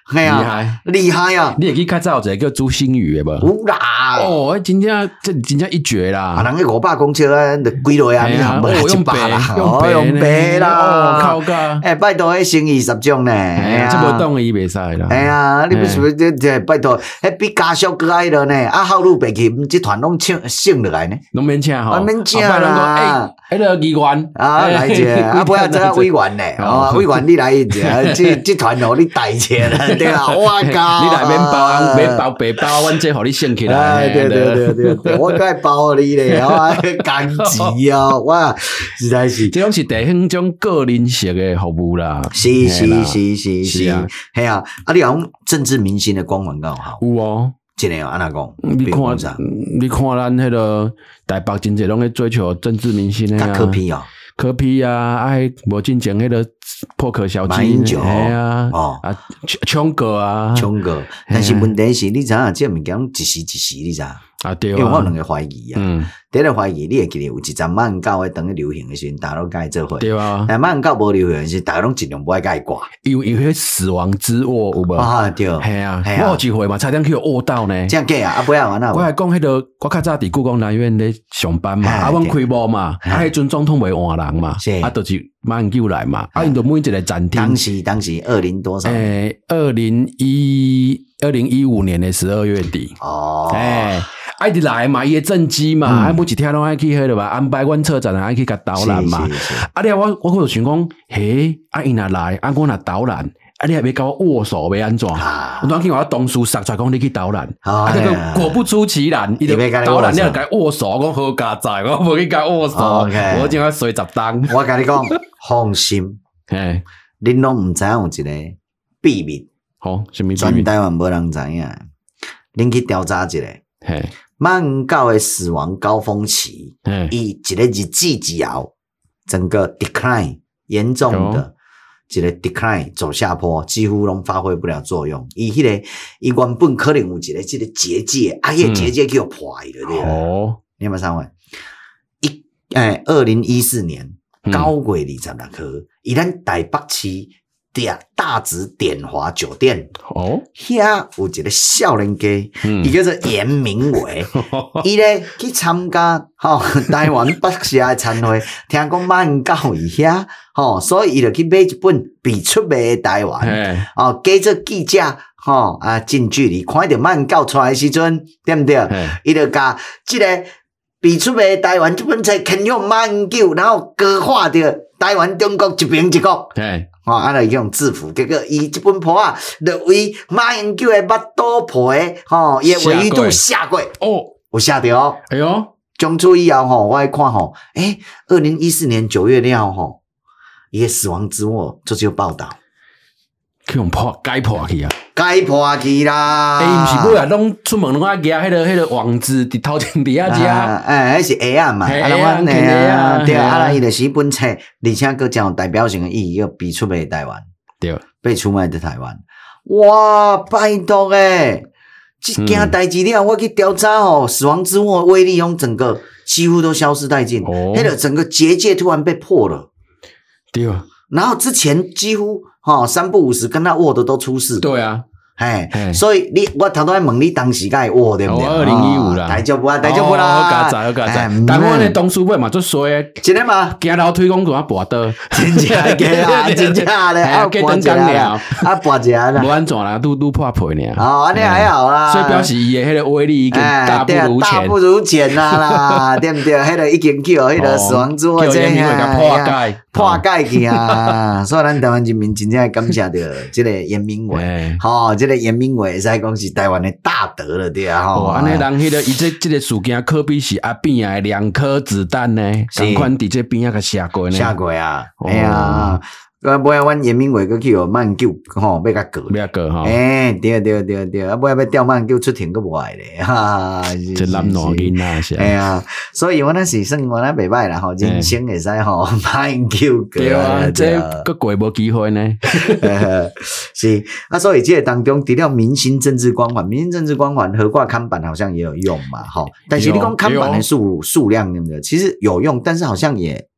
嘿啊，厉害，厉害啊！ 你会记较早有一个叫朱星宇的无？ 有啦， 哦，真正这真正一绝啦！ 啊，人个五百公尺啊，就几落啊，你含无一百啦， 用用白啦， 靠噶！ 哎，拜托，迄生意十种呢， 哎呀，这无当伊袂使啦。 哎呀，你不是这这拜托，迄比家属搁爱了呢，啊，好路白去，这团拢请省落来呢， 拢免请吼， 免请啦。 迄个议员啊，来者，啊，不要做委员呢，哦，委员你来一者，这这团互你带者啦，对啊，我靠， 你来免包，免包白包，阮这互你省起来， 对对对对对，我该包你咧，我干急哦，哇，实在是， 这种是地方种个人式的服务啦， 是是是是是啊，系啊，啊，你讲政治明星的光环刚好， 有哦。 真诶哦，安那讲？ 你看，你看咱迄个台北真侪拢咧追求政治明星诶啊， 柯 P 哦， 柯 P 啊，哎，无进前迄个破壳小鸡，哎呀，哦啊，冲哥啊， 冲哥，但是问题是，你知影这物件一时一时，你知影？ 啊对啊， 因为我有两个怀疑啊，嗯，第一个怀疑，你会记得有一阵马英九诶当去流行诶时阵，大家拢甲伊做伙， 对啊， 但马英九无流行诶时，大家拢尽量不爱甲伊挂， 因为因为死亡之握有无？ 啊对， 系啊，我有机会嘛，差点去握到呢， 这样假啊，啊不要玩啊！ 我还讲迄个，我较早伫故宫南院咧上班嘛，啊，阮开幕嘛，啊，迄阵总统袂换人嘛，啊，就是马英九来嘛，啊，因就每一个展厅， 当时当时二零多少？ 诶，二零一二零一五年的十二月底，哦，诶。爱伫来嘛，伊诶政绩嘛，啊，每一天拢爱去迄落嘛，安排阮策展人爱去甲导览嘛。啊，你我我就想讲，嘿，啊，伊若来，啊，我若导览，啊，你还要甲我握手，要安怎？我当去我同事杀出来讲，你去导览，啊，这个果不出其然，伊就导览，你要甲握手，我好加载，我无去甲握手，我正要随十单。 我甲你讲，放心，嘿，恁拢毋知影有一个秘密， 好，什么秘密？ 全台湾无人知影，恁去调查一下。嘿。马英九的死亡高峰期，以一个日子之后，整个 decline 严重的一个 decline 走下坡，几乎拢发挥不了作用。伊迄个伊原本可能有一个这个结界，啊，迄个结界叫破去了，对吧？哦，你有没有三位？一诶，二零一四年九月二十六号，以咱台北市大直典华酒店哦，遐有一个少年家，伊、嗯、叫做严明伟，伊咧去参加吼、哦、台湾北社的餐会，听讲马英九伊遐吼，所以伊就去买一本必出卖的台湾哦，加做记者吼、哦、啊，近距离看到马英九出来的时阵，对不对？伊就甲即个必出卖的台湾这本册牵向马英九，然后割化着台湾中国一边一国。哦，安尼用制服，结果伊这本簿啊，就为马英九的目肚皮，吼，伊的唯一度下过，哦，有下着哦，哎呦，从此以后吼，我来看吼，诶，二零一四年九月了吼，伊的死亡之握这就报道， 去用破解破去啊， 解破去啦， 诶，毋是每日拢出门拢爱夹迄个迄个网子伫头前底下食，诶，迄是鞋啊嘛，啊，阮诶啊，对啊，啊，伊就是一本册，而且佫真有代表性的意义，叫被出卖台湾，对，被出卖的台湾，哇，拜托诶，这件代志了，我去调查吼，死亡之握威力用整个几乎都消失殆尽，迄个整个结界突然被破了，对啊。然后之前几乎哈、哦、三不五时跟他握的都出事，对啊，嘿，所以你我头拄仔问你当时该握对不对？ 二零一五啦， 大丈夫啊，大丈夫啦， 好加载，好加载。但我那同事尾嘛做衰诶， 真的吗？ 行楼梯讲给我跋倒， 真正嘅啊，真正咧，啊， 搬一下了， 啊，搬一下啦， 无安怎啦，都都破皮呢。 哦，安尼还好啦， 所以表示伊诶迄个威力已经大不如前， 大不如前啦啦，对不对？迄个已经叫迄个死亡之握这样破解。 破解去啊！所以咱台湾人民真正感谢着这个严明伟，吼，这个严明伟会使讲是台湾的大德了，对啊，吼。 安尼人迄个伊这这个事件可比是阿扁啊两颗子弹呢，同款伫这边啊个下过呢， 下过啊，哎呀。啊，尾仔阮严明伟佫去互马英九吼，要甲告， 要告吼。 诶，对对对对，啊，尾仔要调马英九出庭佫无爱咧，哈， 这男男囡仔是。 哎呀，所以我那是算我那袂歹啦吼，人生会使吼马英九告。 对啊，这佫过无机会呢。 是啊，所以这个当中除了明星政治光环，明星政治光环合挂看板好像也有用嘛，吼。但是你讲看板的数数量对不对？其实有用，但是好像也。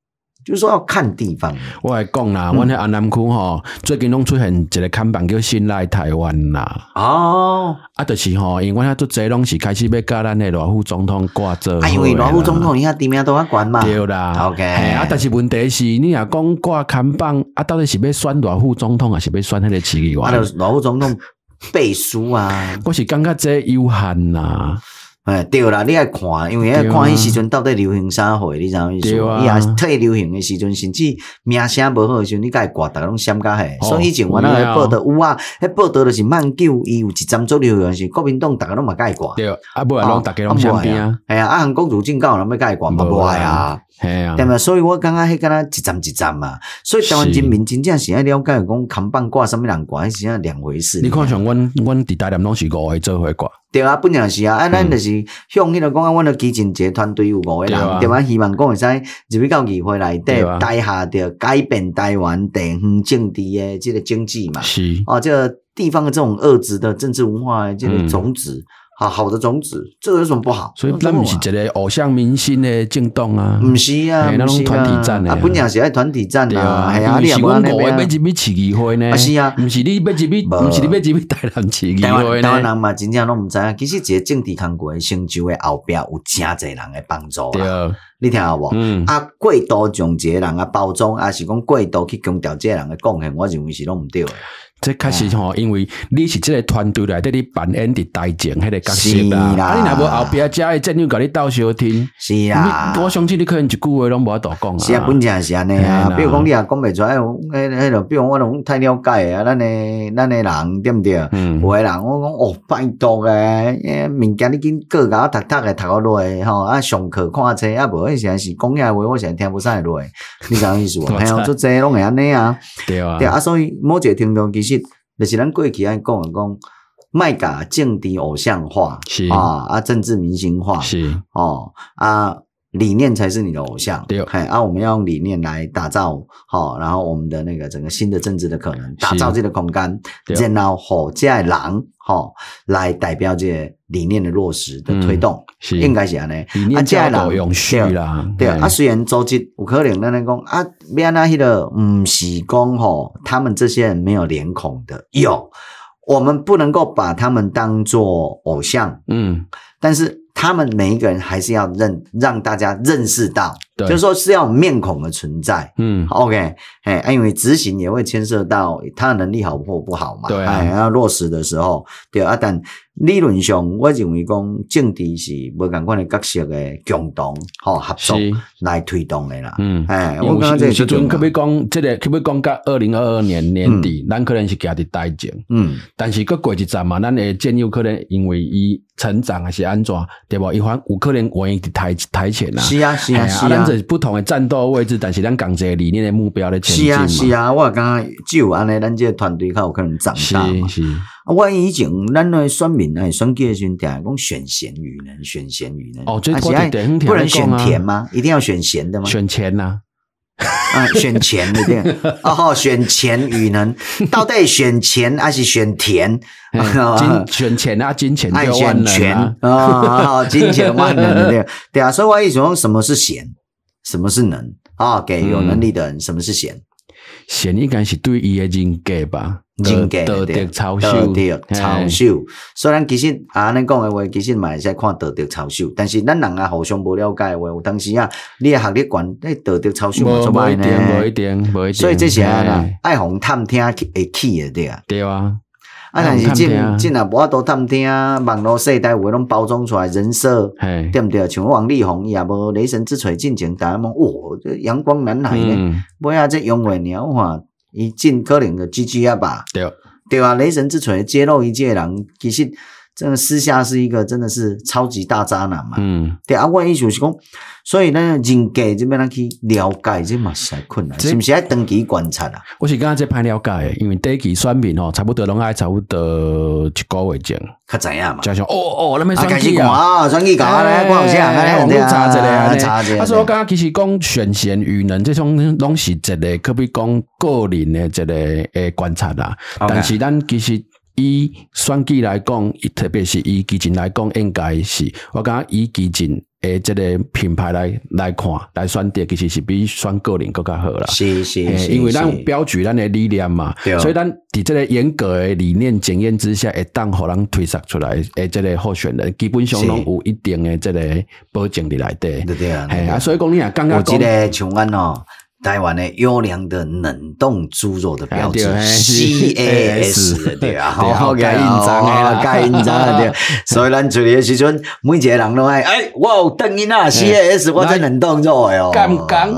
就是说要看地方。 我来讲啦，阮、嗯、喺安南区吼，最近拢出现一个看板叫新来台湾啦。 哦， 啊，就是吼，因为阮遐做侪拢是开始要甲咱的赖副总统挂做。 啊，因为赖副总统伊遐知名度较悬嘛。 对啦 ，OK。 啊，但是问题是，你若讲挂看板，啊，到底是要选赖副总统，还是要选迄个市议员？ 啊，赖副总统背书啊。 我是感觉这有限啦。 哎，对啦，你爱看，因为爱看迄时阵到底流行啥货，你知影意思？伊也退流行的时阵，甚至名声无好的时阵，你甲伊挂，逐个拢闪甲嘿。哦、所以以前我那个报道有啊，迄报道就是曼九，伊有一站做流行是国民党，逐个拢嘛甲伊挂。 对，啊，不然拢逐个拢相边啊。 哎呀，啊，韩国入境搞人要甲伊挂，嘛无爱啊。 系啊， 对嘛？所以我感觉迄敢若一站一站嘛。所以台湾人民真正是爱了解讲扛棒挂什么人挂，迄是两回事。 你看像阮阮伫台南拢是五个做伙挂。 对啊，本来是啊，啊，咱就是向迄个讲啊，阮的基进一个团队有五个人，对啊，希望讲会使入去到议会内底，带下着改变台湾地方政治的这个经济嘛， 是哦，这个地方的这种恶质的政治文化的这个种子。嗯好好的种子，这个有什么不好？ 所以咱不是一个偶像明星的政党啊， 不是啊， 那种团体战的啊，本来是爱团体战的啊， 系啊， 你是阮五个要入去市议会呢？ 啊是啊， 不是你要入去，不是你要入去台南市议会呢？ 台湾人嘛，真正拢唔知影，其实一个政治工作成就的后壁有真侪人的帮助啦。你听有无？嗯，啊，过度将一个人啊包装，啊是讲过度去强调这个人的贡献，我认为是拢唔对的。 这确实吼，因为你是这个团队内底你扮演伫台前迄个角色啦，啊，你若无后壁遮的战友甲你斗相听， 是啊， 我相信你可能一句话拢无法度讲啊。 是啊，本正是安尼啊。比如讲你也讲袂出来，迄迄个，比如我拢太了解啊，咱的咱的人对毋对？嗯，有的人我讲哦，拜托诶，物件你紧过甲我读读诶，读好落诶吼，啊上课看册啊无，迄时是讲遐话，我现在听不上落诶，你知影意思无？嘿哦，做这拢会安尼啊， 对啊， 对啊，所以某一个听众其实。就是咱过去爱讲诶讲，卖甲政治偶像化， 是啊啊，政治明星化， 是哦啊，理念才是你的偶像， 对， 嘿啊，我们要用理念来打造，好、哦，然后我们的那个整个新的政治的可能，打造这个空间，然后好这人，好、哦、来代表这个理念的落实的推动， 嗯、 应该是安尼， 理念教导永续啦， 对啊，虽然组织有可能咱来讲啊，要那迄个唔是讲吼，他们这些人没有脸孔的，有，我们不能够把他们当作偶像，嗯，但是他们每一个人还是要认让大家认识到，就是说是要有面孔的存在，嗯 ，OK， 哎，因为执行也会牵涉到他的能力好或不好嘛， 对、啊， 哎，要落实的时候，对啊，但理论上我认为讲政治是无共款的角色的共同吼合作来推动的啦，嗯，哎，我刚刚这时阵可要讲，这个可要讲到二零二二年年底，咱、嗯、可能是行伫台前，嗯，但是佮过一站嘛，咱的战友可能因为伊成长还是安怎，对无？伊反有可能愿意伫台台前啊， 是啊，是啊，是啊， 咱这不同的战斗位置，但是咱共一个理念的目标咧前进嘛。 是啊，是啊，我刚刚只有安尼，咱这个团队较有可能长大嘛。 是是。 我以前咱的选民哎，选举的时阵定讲选贤与能，选贤与能。 哦，这拖地电不能选甜吗？一定要选贤的吗？ 选钱呐、 啊。啊，选钱对不对？哦，选钱与能，到底选钱还是选甜？ 金选钱啊，金钱就万能啊！ 哦，金钱万能的对对啊，所以我意思说，什么是贤，什么是能啊？給有能力的人，嗯、什麼是賢？ 賢應該是對伊嘅人格吧， 人格道德操守， 道德操守。雖然其實啊，安尼講嘅話，其實嘛會使看道德操守，但是咱人啊互相無了解嘅話，有當時啊，你嘅學歷懸，誒道德操守嘛做歹呢？ 無一定，無一定。 所以這是啊啦，愛互探聽會起嘅對啊。 對啊。 啊，但是真真也無法度探聽，網絡世代有誒攏包裝出來人設，對毋對？像王力宏伊也無雷神之錘進前，大家講哇，這陽光男孩呢，尾啊這永遠鳥話，伊盡可能就 G G 啊吧， 對對啊，雷神之錘揭露一切人，其實真的私下是一個真的是超級大渣男嘛，嗯，對啊，我意思是講，所以呢，人格這邊咱去了解，這嘛是困難，是不是要長期觀察啊？ 我是感覺這歹了解的，因為第一期選民吼，差不多攏愛差不多一個月前， 較知影嘛， 就想哦哦，咱要選舉啊，選舉搞啊，來看有啥，來網絡查一下， 查一下。 啊，所以我感覺其實講選賢與能這種攏是一個可比講個人的一個誒觀察啦，但是咱其實。 以选举来讲，特别是以基金来讲，应该是我感觉以基金诶，这个品牌来来看来选择，其实是比选个人更加好啦。 是是是， 因为咱标举咱的理念嘛，所以咱伫这个严格的理念检验之下，会当互咱推测出来诶，这个候选人基本上拢有一定的这个保证伫内底。 对对啊， 嘿啊，所以讲你也感觉讲，有一个像咱哦。台湾的优良的冷冻猪肉的标志 C A S 对啊，好加印章诶，加印章对，所以咱出去的时阵，每一个人都爱，哎，我有等因啊 C A S， 我在冷冻肉诶哦， 敢讲？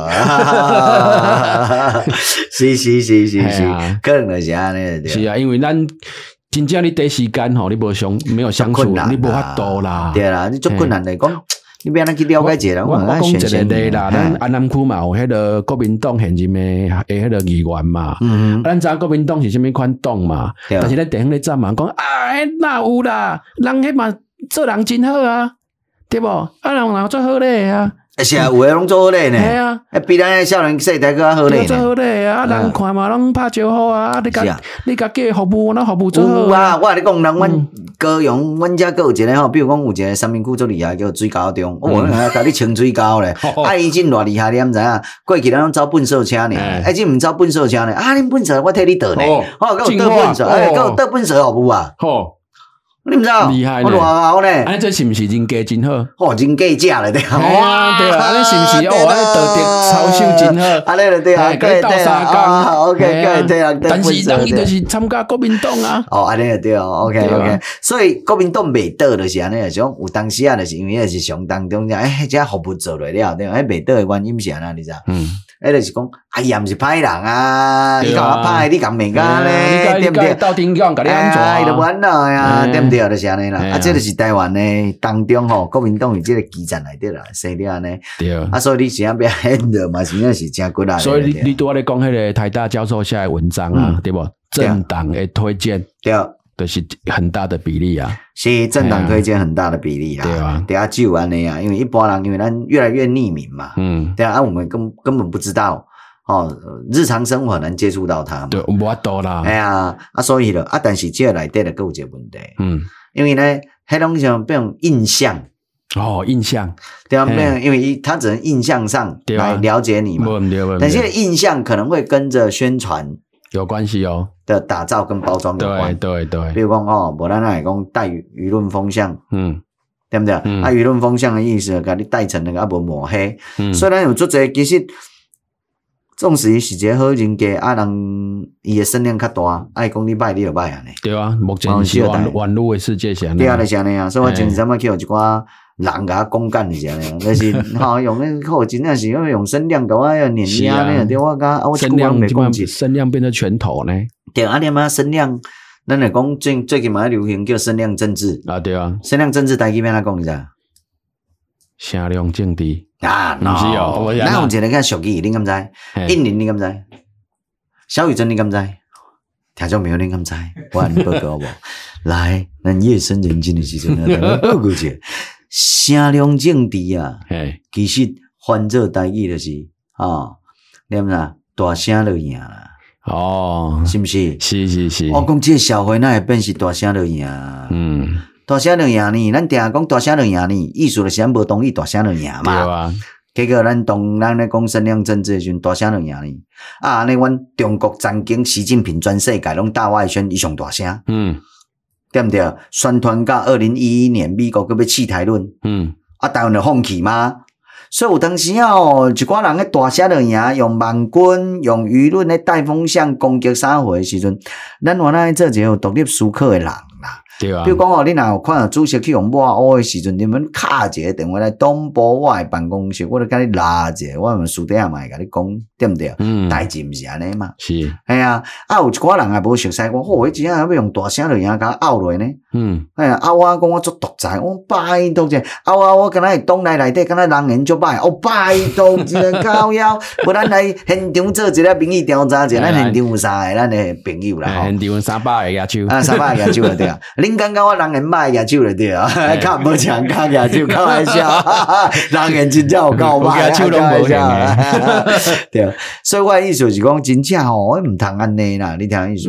是是是是是，可能就是安尼。 是啊，因为咱真正你第时间吼，你无相没有相处，你无法度啦。 对啦，你足困难来讲。你要咱去了解一下， 我我讲一个例啦，咱安南区嘛有迄个国民党现任的诶迄个议员嘛，嗯，咱知国民党是啥物款党嘛，但是咧地方咧赞嘛，讲啊，哪有啦，人迄嘛做人真好啊，对无？啊，人人做好咧啊。 是啊，有诶拢做好咧呢。 系啊， 比咱诶少年世代更较好咧。 做好咧啊，人看嘛拢拍招呼啊，你甲你甲叫服务，咱服务做好。 有啊，我咧讲，人阮高雄，阮遮个有一个吼，比如讲有一个三明区做厉害，叫水高中，我讲甲你清水高咧，啊，伊真偌厉害，你毋知影？过去咱拢走粪扫车呢，哎，真毋走粪扫车呢，啊，恁粪扫我替你倒呢，哦，佮有倒粪扫，哎，佮有倒粪扫服务啊。你毋知道？ 厉害我偌好呢！ 安尼这是毋是人价真好？ 哦，人价正了对啊！ 哇，对啊，安尼是毋是？哦，安尼道德操守真好， 安尼就对啊， 可以斗三工 ，OK，可以对啊。 但是人伊就是参加国民党啊。 哦，安尼就对哦 ，OK，OK。所以国民党袂倒就是安尼，种有当时啊，就是因为是上当中者，哎，这服务做落了，对啊，哎，袂倒的原因是安那，你知道？嗯。迄就是讲，哎呀，毋是歹人啊！你干嘛歹？你干咩干咧？对不对？ 到顶讲，甲你安怎？ 哎，就完了呀，对不对？就是安尼啦。啊，这就是台湾呢当中吼，国民党有这个基站内底啦，生了安尼。对啊。啊，所以你想要选择嘛，真正是真骨力。 所以你你拄仔咧讲迄个台大教授写的文章啊，对无？政党的推荐，对，就是很大的比例啊。 是政党推荐很大的比例啦，对啊，对啊，只有安尼啊，因为一般人因为咱越来越匿名嘛，嗯，对啊，啊我们根根本不知道哦，日常生活很难接触到他嘛， 对，无法度啦， 哎呀，啊所以了啊，但是这个内底的有一个问题，嗯，因为呢，迄种像变成印象。 哦，印象对啊，没因为他只能印象上来了解你嘛，但是印象可能会跟着宣传。 有关系哦的打造跟包装有关， 对对对。 比如讲哦，无咱来讲带舆论风向，嗯，对不对？嗯、啊，舆论风向的意思，甲你带成那个啊无抹黑。嗯，虽然有做这其实，纵使伊是一个好人家，啊人伊的声量较大，爱讲你歹你就歹安尼。 对啊，目前是网网络的世界是安尼。 对啊，就是安尼啊，所以我前阵仔去有一寡。人甲我讲干是安尼，就是吼用迄靠真正是要用声量甲我要碾压呢，对我甲我声量袂讲起，声量变成拳头呢。 对啊，你嘛声量，咱来讲最最近嘛流行叫声量政治啊，对啊， 声量政治台语要安怎讲你知？ 声量政治啊，毋是哦，咱有一个叫俗语，你敢知？印尼你敢知？小雨珍你敢知？听众朋友你敢知？我你报告无？来，咱夜深人静的时阵啊，报告者。声量政治啊，其实翻做台语就是啊，你知影大声就赢啦。哦，是不是？ 是是是。 我讲这个社会哪会变是大声就赢？嗯，大声就赢呢？咱定讲大声就赢呢，意思就是咱无同意大声就赢嘛。对啊。结果咱当咱咧讲声量政治的时阵，大声就赢呢。啊，安尼阮中国曾经习近平全世界拢大外宣，伊上大声。嗯。对不对？宣传到二零一一年，美国要弃台论，嗯，啊，台湾就放弃吗？所以有当时啊，哦，一寡人咧大声就赢，用网军、用舆论咧带风向攻击xã會的時陣，咱原來做一個有獨立思考的人啦。对啊，比如講哦，你若有看到主席去用抹黑的時陣，你們敲一個電話來東部我的辦公室，我就甲你拉一個，我們私底下嘛會甲你講，對不對？嗯，代志毋是安尼嘛。是，係啊，啊有一寡人也無熟悉我，吼，迄真啊要用大聲就贏甲拗落呢。嗯，係啊，啊我講我做獨裁，我拜託者，啊我我敢若係黨內內底敢若人緣足歹，我拜託者靠腰，不咱來現場做一個民意調查者，咱現場有三個咱的朋友啦， 現場有三百個野手， 啊三百個野手就對啊。恁感覺我人緣歹野手就對啊，較無像較野手，開玩笑，人緣真正有夠歹， 野手攏無像對，所以我的意思就是講真正吼，我毋通安尼啦，你聽意思？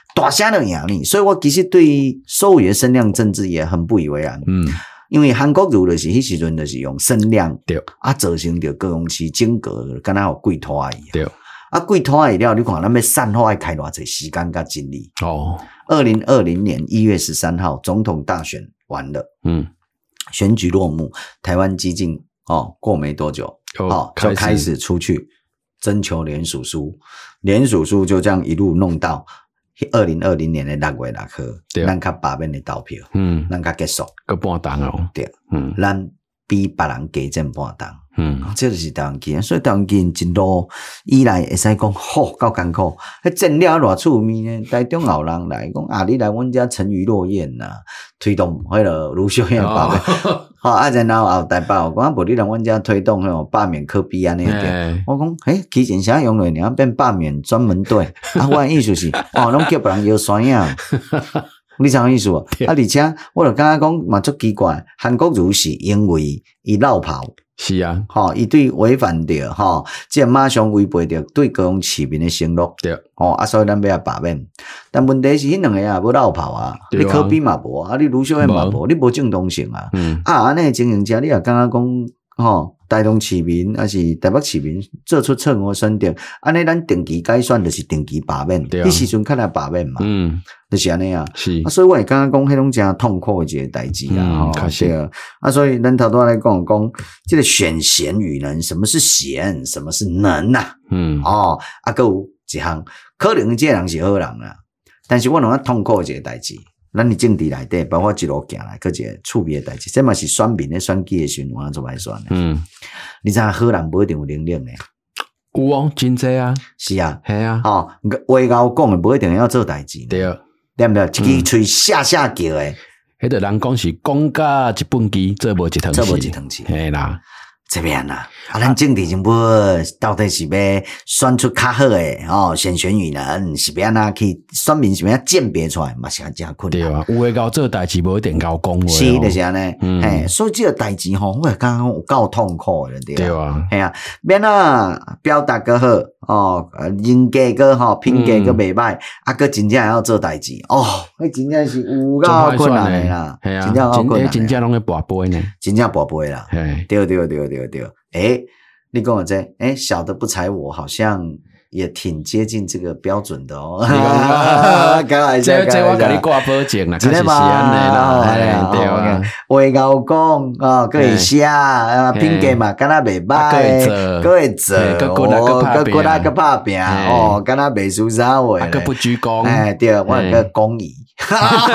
大声就赢你，所以我其实对所有的声量政治也很不以为然。 嗯， 因为韩国瑜就是迄时阵就是用声量， 对， 啊造成着高雄市整个敢若有跪拖伊， 对， 啊跪拖伊了，你看咱要散伙爱开偌济时间甲精力。 哦， 二零二零年一月十三号总统大选完了， 嗯， 选举落幕，台湾激进哦过没多久，哦就开始出去征求联署书，联署书就这样一路弄到二零二零年的六月六号，咱较罢免的投票，嗯，咱较结束， 个半档哦， 对，嗯，咱比别人加增半档，嗯，这就是台湾基，所以台湾基一路以来会使讲好够艰苦，迄战了偌趣味呢？台中有人来讲啊，你来阮遮沉鱼落雁呐，推动迄个卢秀燕罢免，好啊，然后后台北讲啊，无你来阮遮推动迄种罢免科比安尼点，我讲诶，起前啥用了，你要变罢免专门队，啊，我的意思是，哦，拢叫别人摇酸呀。你知影意思无？啊，而且我就感觉讲嘛足奇怪，韩国瑜是因为伊落跑， 是啊， 吼，伊对违反着吼，即马上违背着对高雄市民的承诺， 对， 吼啊，所以咱要啊罢免。但问题是迄两个啊无落跑啊，你科比嘛无啊，你卢秀燕嘛无，你无正当性啊，嗯、啊，安尼经营者你也感觉讲吼。台中市民还是台北市民做出错误选择，安尼咱定期改选就是定期罢免，迄时阵较来罢免嘛，嗯，就是安尼啊，是啊，所以我会感觉讲迄种真痛苦的一个代志啊，吼、嗯，对啊，啊，所以咱头拄来讲讲，这个选贤与能，什么是贤，什么是能啊？嗯，哦，啊，还有一项，可能这个人是好人啊，但是我两个痛苦的一个代志。咱伫政治内底，包括一路行来，佫一个趣味的代志，这嘛是选民咧选举的时阵，安怎来选的？嗯，你知影好人无一定有能力呢？ 有哦，真济啊， 是啊， 系啊， 吼、哦，话咬讲的无一定要做代志， 对， 对不对？一支喙下下叫的， 迄个人讲是讲甲一本机，做无一汤匙， 做无一汤匙， 系啦。 这边啦，啊，咱政治人物到底是要选出较好诶哦，选选与人是要安怎去选民是要鉴别出来，嘛是真困难。 对啊，有诶搞做代志无一定搞讲话。 是就是安尼，嗯，嘿，所以这个代志吼，我感觉有够痛苦诶，对啊。 对啊， 嘿啊，免啊，表达个好哦，人格个吼，品格个袂歹，啊，个真正要做代志哦，迄真正是有够困难诶啦， 系啊， 真正有困难， 真正拢咧跋杯呢， 真正跋杯啦，对对对对。对对，诶，你跟我这，诶，小的不才我好像也挺接近这个标准的哦。开玩笑， 这我给你挂保证啦，真的是安尼啦，对啊。 话咬讲啊，可以写啊，品格嘛，敢若袂歹，可以做， 个过来个拍过来个拍拼哦，敢若袂输啥话， 个不鞠躬， 哎，对，我个公义。可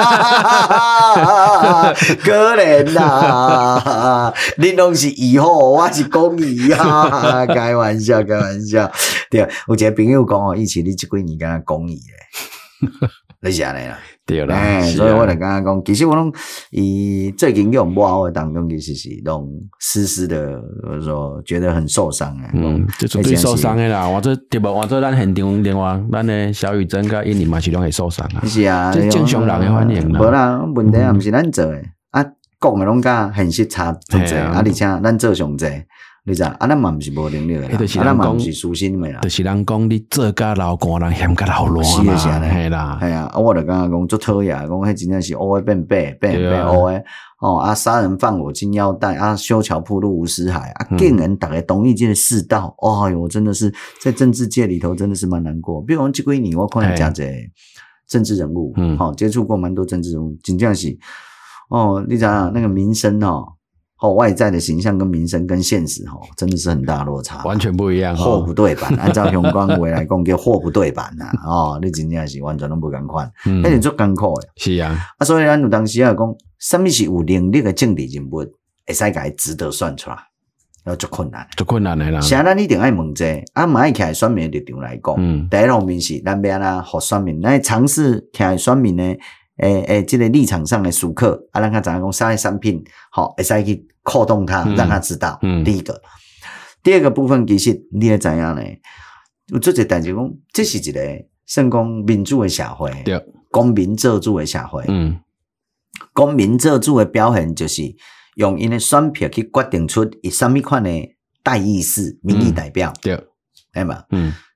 怜啦，你拢是义后，我是公义啊！开玩笑，开玩笑。对，有一个朋友讲哦，以前你这几年敢若公义咧，你是安尼啦。 对啦， 哎，所以我就刚刚讲，其实我拢以最近用幕后的当中，其实是拢丝丝的，我说觉得很受伤啊。 嗯，这绝对受伤的啦。或者对无，或者咱现场另外，咱的小雨珍甲印尼嘛是拢会受伤啊。 是啊， 这正常人的反应啦。 无啦，问题也毋是咱做的，啊，讲的拢甲现实差足济，啊，而且咱做上济。你知啊？啊，咱嘛毋是无能力的啦，啊，咱嘛毋是舒心的啦。 就是人讲你做甲老干人嫌甲老烂啦，是啊， 系啦， 系啊。啊，我就感觉讲足讨厌，讲迄真正是乌的变白，变变乌的。哦，啊，杀人放火金腰带，啊，修桥铺路无尸骸，啊，竟然大家同意这个世道，哦哟，我真的是在政治界里头真的是蛮难过。比如讲这几年我看到真侪政治人物，嗯，好、哦、接触过蛮多政治人物，真正是，哦，你知道那个民生哦。哦，外在的形象跟民生跟现实哦，真的是很大落差， 完全不一样， 货不对版。按照雄关话来讲，叫货不对版呐、啊。哦，你真正是完全拢不共款，那是足艰苦的。 是啊， 啊，所以咱有当时啊讲，什么是有能力的政治人物，会使甲伊值得选出来，要足困难， 足困难的啦。 像咱一定爱问这，啊，嘛爱起来选民的立场来讲，嗯，第一方面是咱要安怎互选民，咱尝试起来选民呢。诶诶，这个立场上的熟客啊，让他怎样讲商业产品，好，会使去扣动他，让他知道。嗯，第一个，第二个部分其实你会怎样呢？有做一代志讲，这是一个算讲民主的社会，对，公民做主的社会。嗯，公民做主的表现就是用因的选票去决定出以什么款的代议士、民意代表， 对， 对嘛？嗯。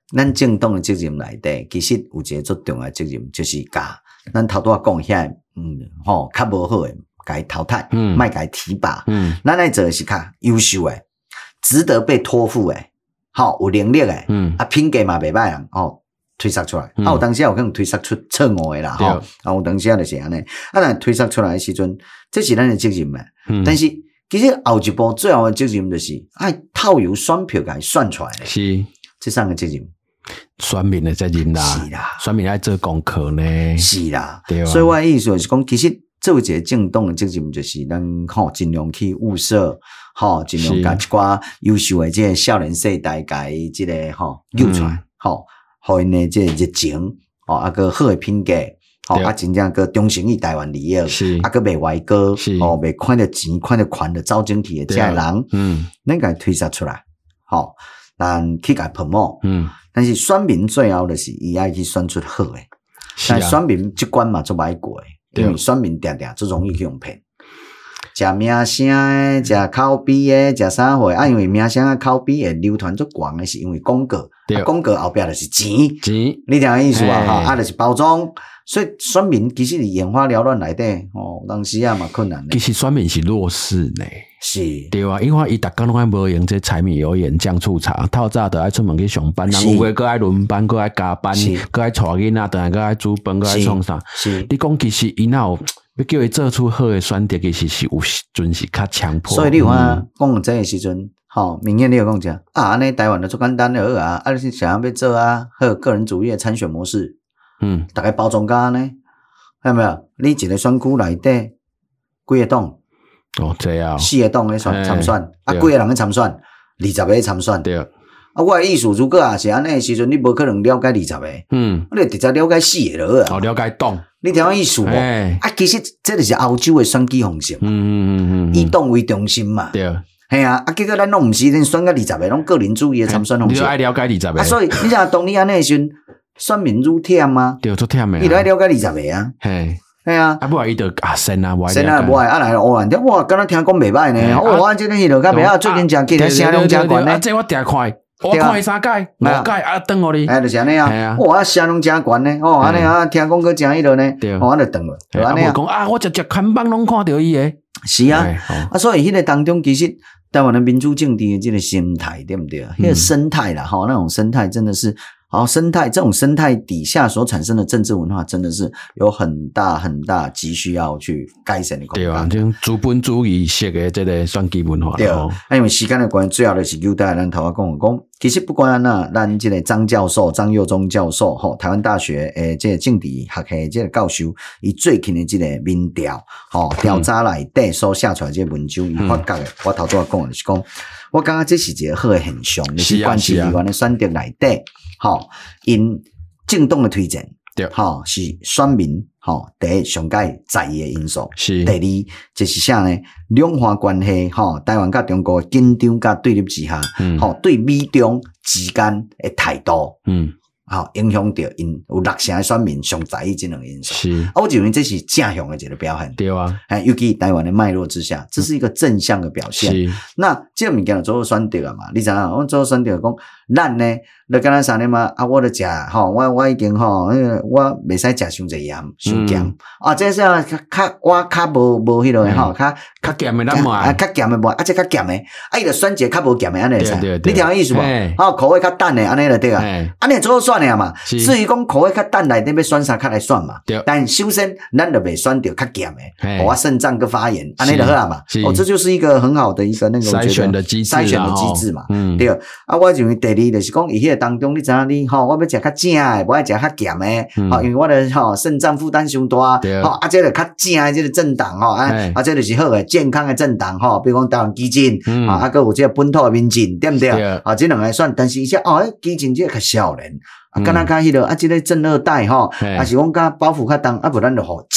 咱政党的责任内底，其实有一个最重要的责任，就是甲咱头拄仔讲遐，嗯，吼，较无好诶，甲伊淘汰，嗯，莫甲伊提拔，嗯，咱来做的是较优秀诶，值得被托付诶，吼，有能力诶，嗯，啊，品格嘛袂歹人，吼，推测出来，嗯、啊，有当时有可能推测出错误诶啦，吼，啊，有当时就是安尼，啊，咱推测出来诶时阵，这是咱诶责任嘛，嗯，但是其实后一步最后诶责任就是爱透由选票甲伊选出来诶， 是， 这三个责任。 选民的责任啦， 是啦， 选民爱做功课呢， 是啦， 对啊。 所以我的意思就是讲，其实做一个政党的责任就是咱吼尽量去物色，吼尽量甲一寡优秀的这个少年世代，甲伊这个吼揪出来，吼，互因的这个热情，吼啊个好的品格，吼啊真正个忠诚于台湾利益，是啊个袂歪歌，吼袂看着钱看着权的走整体的这个人，嗯，咱甲伊推杀出来，吼，咱去甲伊 promote，嗯。但是选民最后就是伊爱去选出好诶，但选民这关嘛做歹过诶，因为选民定定最容易去用骗，食名声诶，食口碑诶，食啥货啊？因为名声啊、口碑诶流传最广诶，是因为广告，啊广告后壁就是钱， 钱， 你听意思啊？哈，啊就是包装。所以选民其实眼花缭乱内底，哦，当时啊嘛困难。 其实选民是弱势呢， 是， 对啊，因为伊逐工拢爱无用这柴米油盐酱醋茶，透早就爱出门去上班，人有诶搁爱轮班，搁爱加班，搁爱带囡仔，等下搁爱煮饭，搁爱创啥？是，你讲其实伊哪有要叫伊做出好诶选择，其实是有阵是较强迫。 所以你看讲这个时阵，吼，明显你有讲者啊，安尼台湾就足简单就好啊，啊你是想要要做啊，还有个人主义的参选模式。嗯，大概包装家呢，有没有？你一个选区内底几个党？ 哦，这样。 四个党咧选参选，啊，几个人咧参选？二十个参选。 对。 啊，我的意思，如果也是安尼的时阵，你无可能了解二十个。嗯。你直接了解四个就好啊。 哦，了解党。 你听我意思无？啊，其实这就是欧洲的选举方式。嗯嗯嗯嗯。以党为中心嘛。 对。 系啊，啊，结果咱拢毋是，咱选个二十个，拢个人主义的参选方式。 你爱了解二十个。 啊，所以你像当你安尼的时阵。选民愈忝啊， 对，愈忝诶。 伊来了解二十个啊， 嘿， 系啊。 啊，不然伊就啊先啊， 先啊，无爱啊来乌兰，哇，敢若听讲袂歹呢。哦，我即个迄落较袂啊，最近诚起来声量诚悬呢。 啊，这我定看，我看伊三届、五届啊，等互你。 哎，就是安尼啊。哇，声量诚悬呢。哦，安尼啊，听讲佮诚迄落呢。对，哦，安就等落。 对安尼啊。讲啊，我直接看榜拢看到伊诶。 是啊，啊，所以迄个当中其实台湾的民主政治的这个心态，对不对？迄个生态啦，哈，那种生态真的是。好，生态这种生态底下所产生的政治文化，真的是有很大很大急需要去改善的空间。 对啊，种资本主义式的这个选举文化。 对啊，啊因为时间的关系，最后就是交代咱头先讲讲，其实不管咱咱这个张教授、张佑忠教授，吼，台湾大学诶这个政治学系这个教授，伊最近的这个民调，吼调查内底所写出来这个文章，伊发觉的，我头先讲的是讲，我感觉这是一个好的现象，就是关系议员的选择内底。好，因政党的推荐，对，好是选民，好第一上界在意的因素，是第二就是啥呢？两岸关系，吼台湾甲中国紧张甲对立之下，嗯，好对美中之间的态度，嗯。好，影响到因有六成的选民上在意这两个因素。是，啊，我认为这是正向的一个表现。对啊，哎，尤其台湾的脉络之下，这是一个正向的表现。是，那这个物件就做好选择啊嘛？你知影？我做好选择讲，咱呢，你敢若三年嘛？啊，我著食吼，我我已经吼，我袂使食伤济盐，伤咸。啊，这是啊，较我较无无迄落吼，较较咸的咱买， 啊，较咸的买，啊，这较咸的，啊，伊著选择较无咸的安尼噻。你听我意思无？啊，口味较淡的安尼就对啊，安尼做好选。嘛，至于讲口味较淡内底要选啥较来选嘛，但首先咱就袂选到较咸的，我肾脏个发炎，安尼就好啊嘛。哦，这就是一个很好的一个那个筛选的机制， 筛选的机制嘛。嗯，对。啊，我认为第二就是讲，伊迄个当中，你知影你吼，我要食较正的，无爱食较咸的，吼，因为我的吼肾脏负担伤大，吼，啊，这个较正的这个政党吼，啊，啊，这就是好的健康的政党吼，比如讲台湾基进，啊，啊，佮有这个本土的民进，对不对？啊，这两个选，但是伊说哦，基进这个较少年。啊，敢若较迄落啊，即个正二代吼，啊是讲甲包袱较重，啊无咱就互即个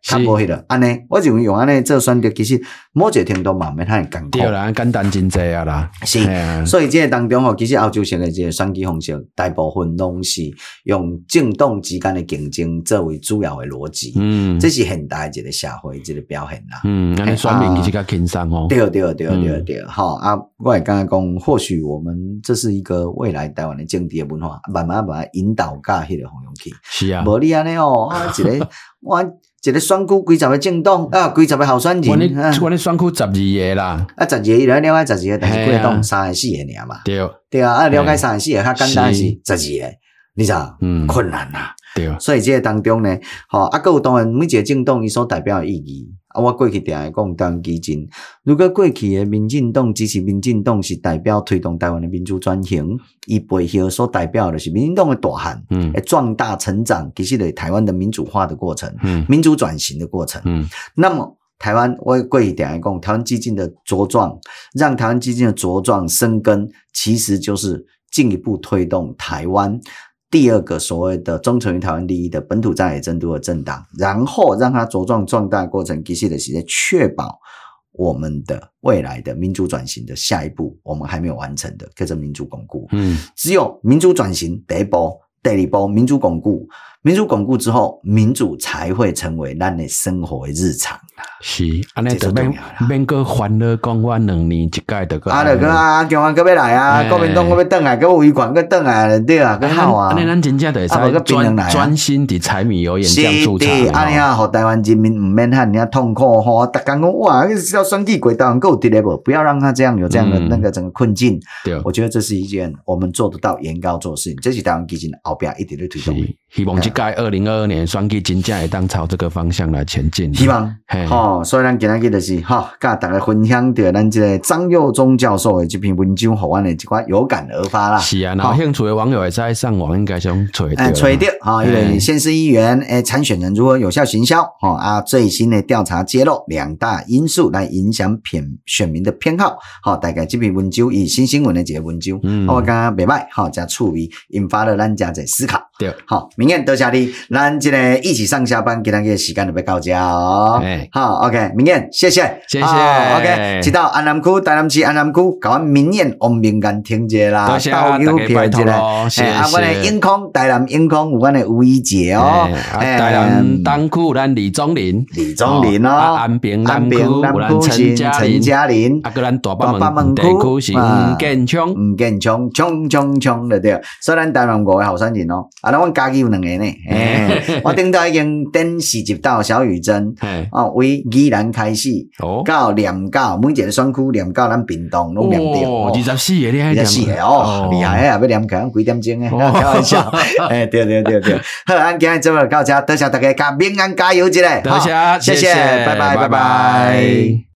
较无迄个安尼，我认为用安尼做选择，其实某一个程度嘛免遐艰苦。 对啦，简单真济啊啦。 是，所以这个当中吼，其实欧洲式的这个选举方式，大部分拢是用政党之间的竞争作为主要的逻辑。嗯，这是现代一个社会一个表现啦。 嗯，安尼选民其实较轻松哦。 对对对对对，好、嗯、啊，我也刚刚讲，或许我们这是一个未来台湾的政治的文化，慢慢把它引导到迄个方向去。 是啊， 无你安尼哦，啊，一个我一个选区几十个政党啊，几十个候选人， 我咧我咧选区十二个啦， 啊，十二个伊来了解十二个，但是几个党三个四个尔嘛， 对对啊，啊，了解三个四个较简单是十二个，你知道？嗯，困难啦。 对， 所以这个当中呢，吼、啊，还有当然每一个政党伊所代表的意义。啊，我过去定来讲台湾基金，如果过去的民进党支持民进党是代表推动台湾的民主转型，伊背后所代表的是民进党的大汉，嗯，壮大成长，其实就是台湾的民主化的过程，嗯，民主转型的过程，嗯，那么台湾我过去定来讲，台湾基金的茁壮，让台湾基金的茁壮生根，其实就是进一步推动台湾第二个所谓的忠诚于台湾利益的本土在野监督的政党，然后让它茁壮壮大的过程，其实就是在确保我们的未来的民主转型的下一步，我们还没有完成的，叫做民主巩固。嗯，只有民主转型第一步，第二步民主巩固，民主巩固之后，民主才会成为咱的生活的日常啦。 是，安尼就免免个烦恼讲我两年一届就个。 啊，就个啊，中央搁要来啊，国民党搁要倒来，搁维权搁倒来，对啊，搁好啊。 安尼咱真正就会使专专心伫柴米油盐酱醋茶。 是的，安尼啊，互台湾人民唔免遐尔痛苦吼，逐工讲哇，要选举过台湾够有 delay 不要让他这样有这样的那个整个困境。对，我觉得这是一件我们做得到、也应该做的事情。这是台湾基金后边一直在推动。 希望这届二零二二年选举真正会当朝这个方向来前进。 希望，吼、哦，所以咱今仔日就是吼，甲大家分享到咱这个张佑忠教授的这篇文章，互阮的一寡有感而发啦。 是啊，然后兴趣的网友也在上网应该想找到。 找到哈，因为县市议员诶参选人如何有效行销哈啊，最新的调查揭露两大因素来影响偏选民的偏好。好，大概这篇文章以新新闻的一个文章，嗯，我感觉袂歹，好加趣味，引发了咱家在思考。 对， 好，明艳多谢你，咱这个一起上下班，今天的时间就要到这哦。好 ，OK， 明艳，谢谢， 谢谢。 OK， 一到安南区、台南市安南区，搞完明艳王明干听者啦， 多谢大家拜托咯，谢谢。 啊，我的永康，台南永康有我的吴怡姐哦， 台南东区有咱李宗林， 李宗林哦， 安平南区有咱陈嘉陈嘉玲， 啊，个咱大北门地区是吴建昌， 吴建昌，昌昌昌的对，所以咱台南五个候选人哦。啊，咱家己有两个呢，欸、我顶到已經電視接到小雨珍，哦，為宜蘭開始，到連到每一個選區連到咱屏東攏連到， 哦，二十四個你還二十四個哦，厲害啊，要連起來幾點鐘誒，開玩笑，誒，對對對對，好，咱今日做到到這，多謝大家，甲明安加油一下， 多謝， 謝謝，拜拜拜拜。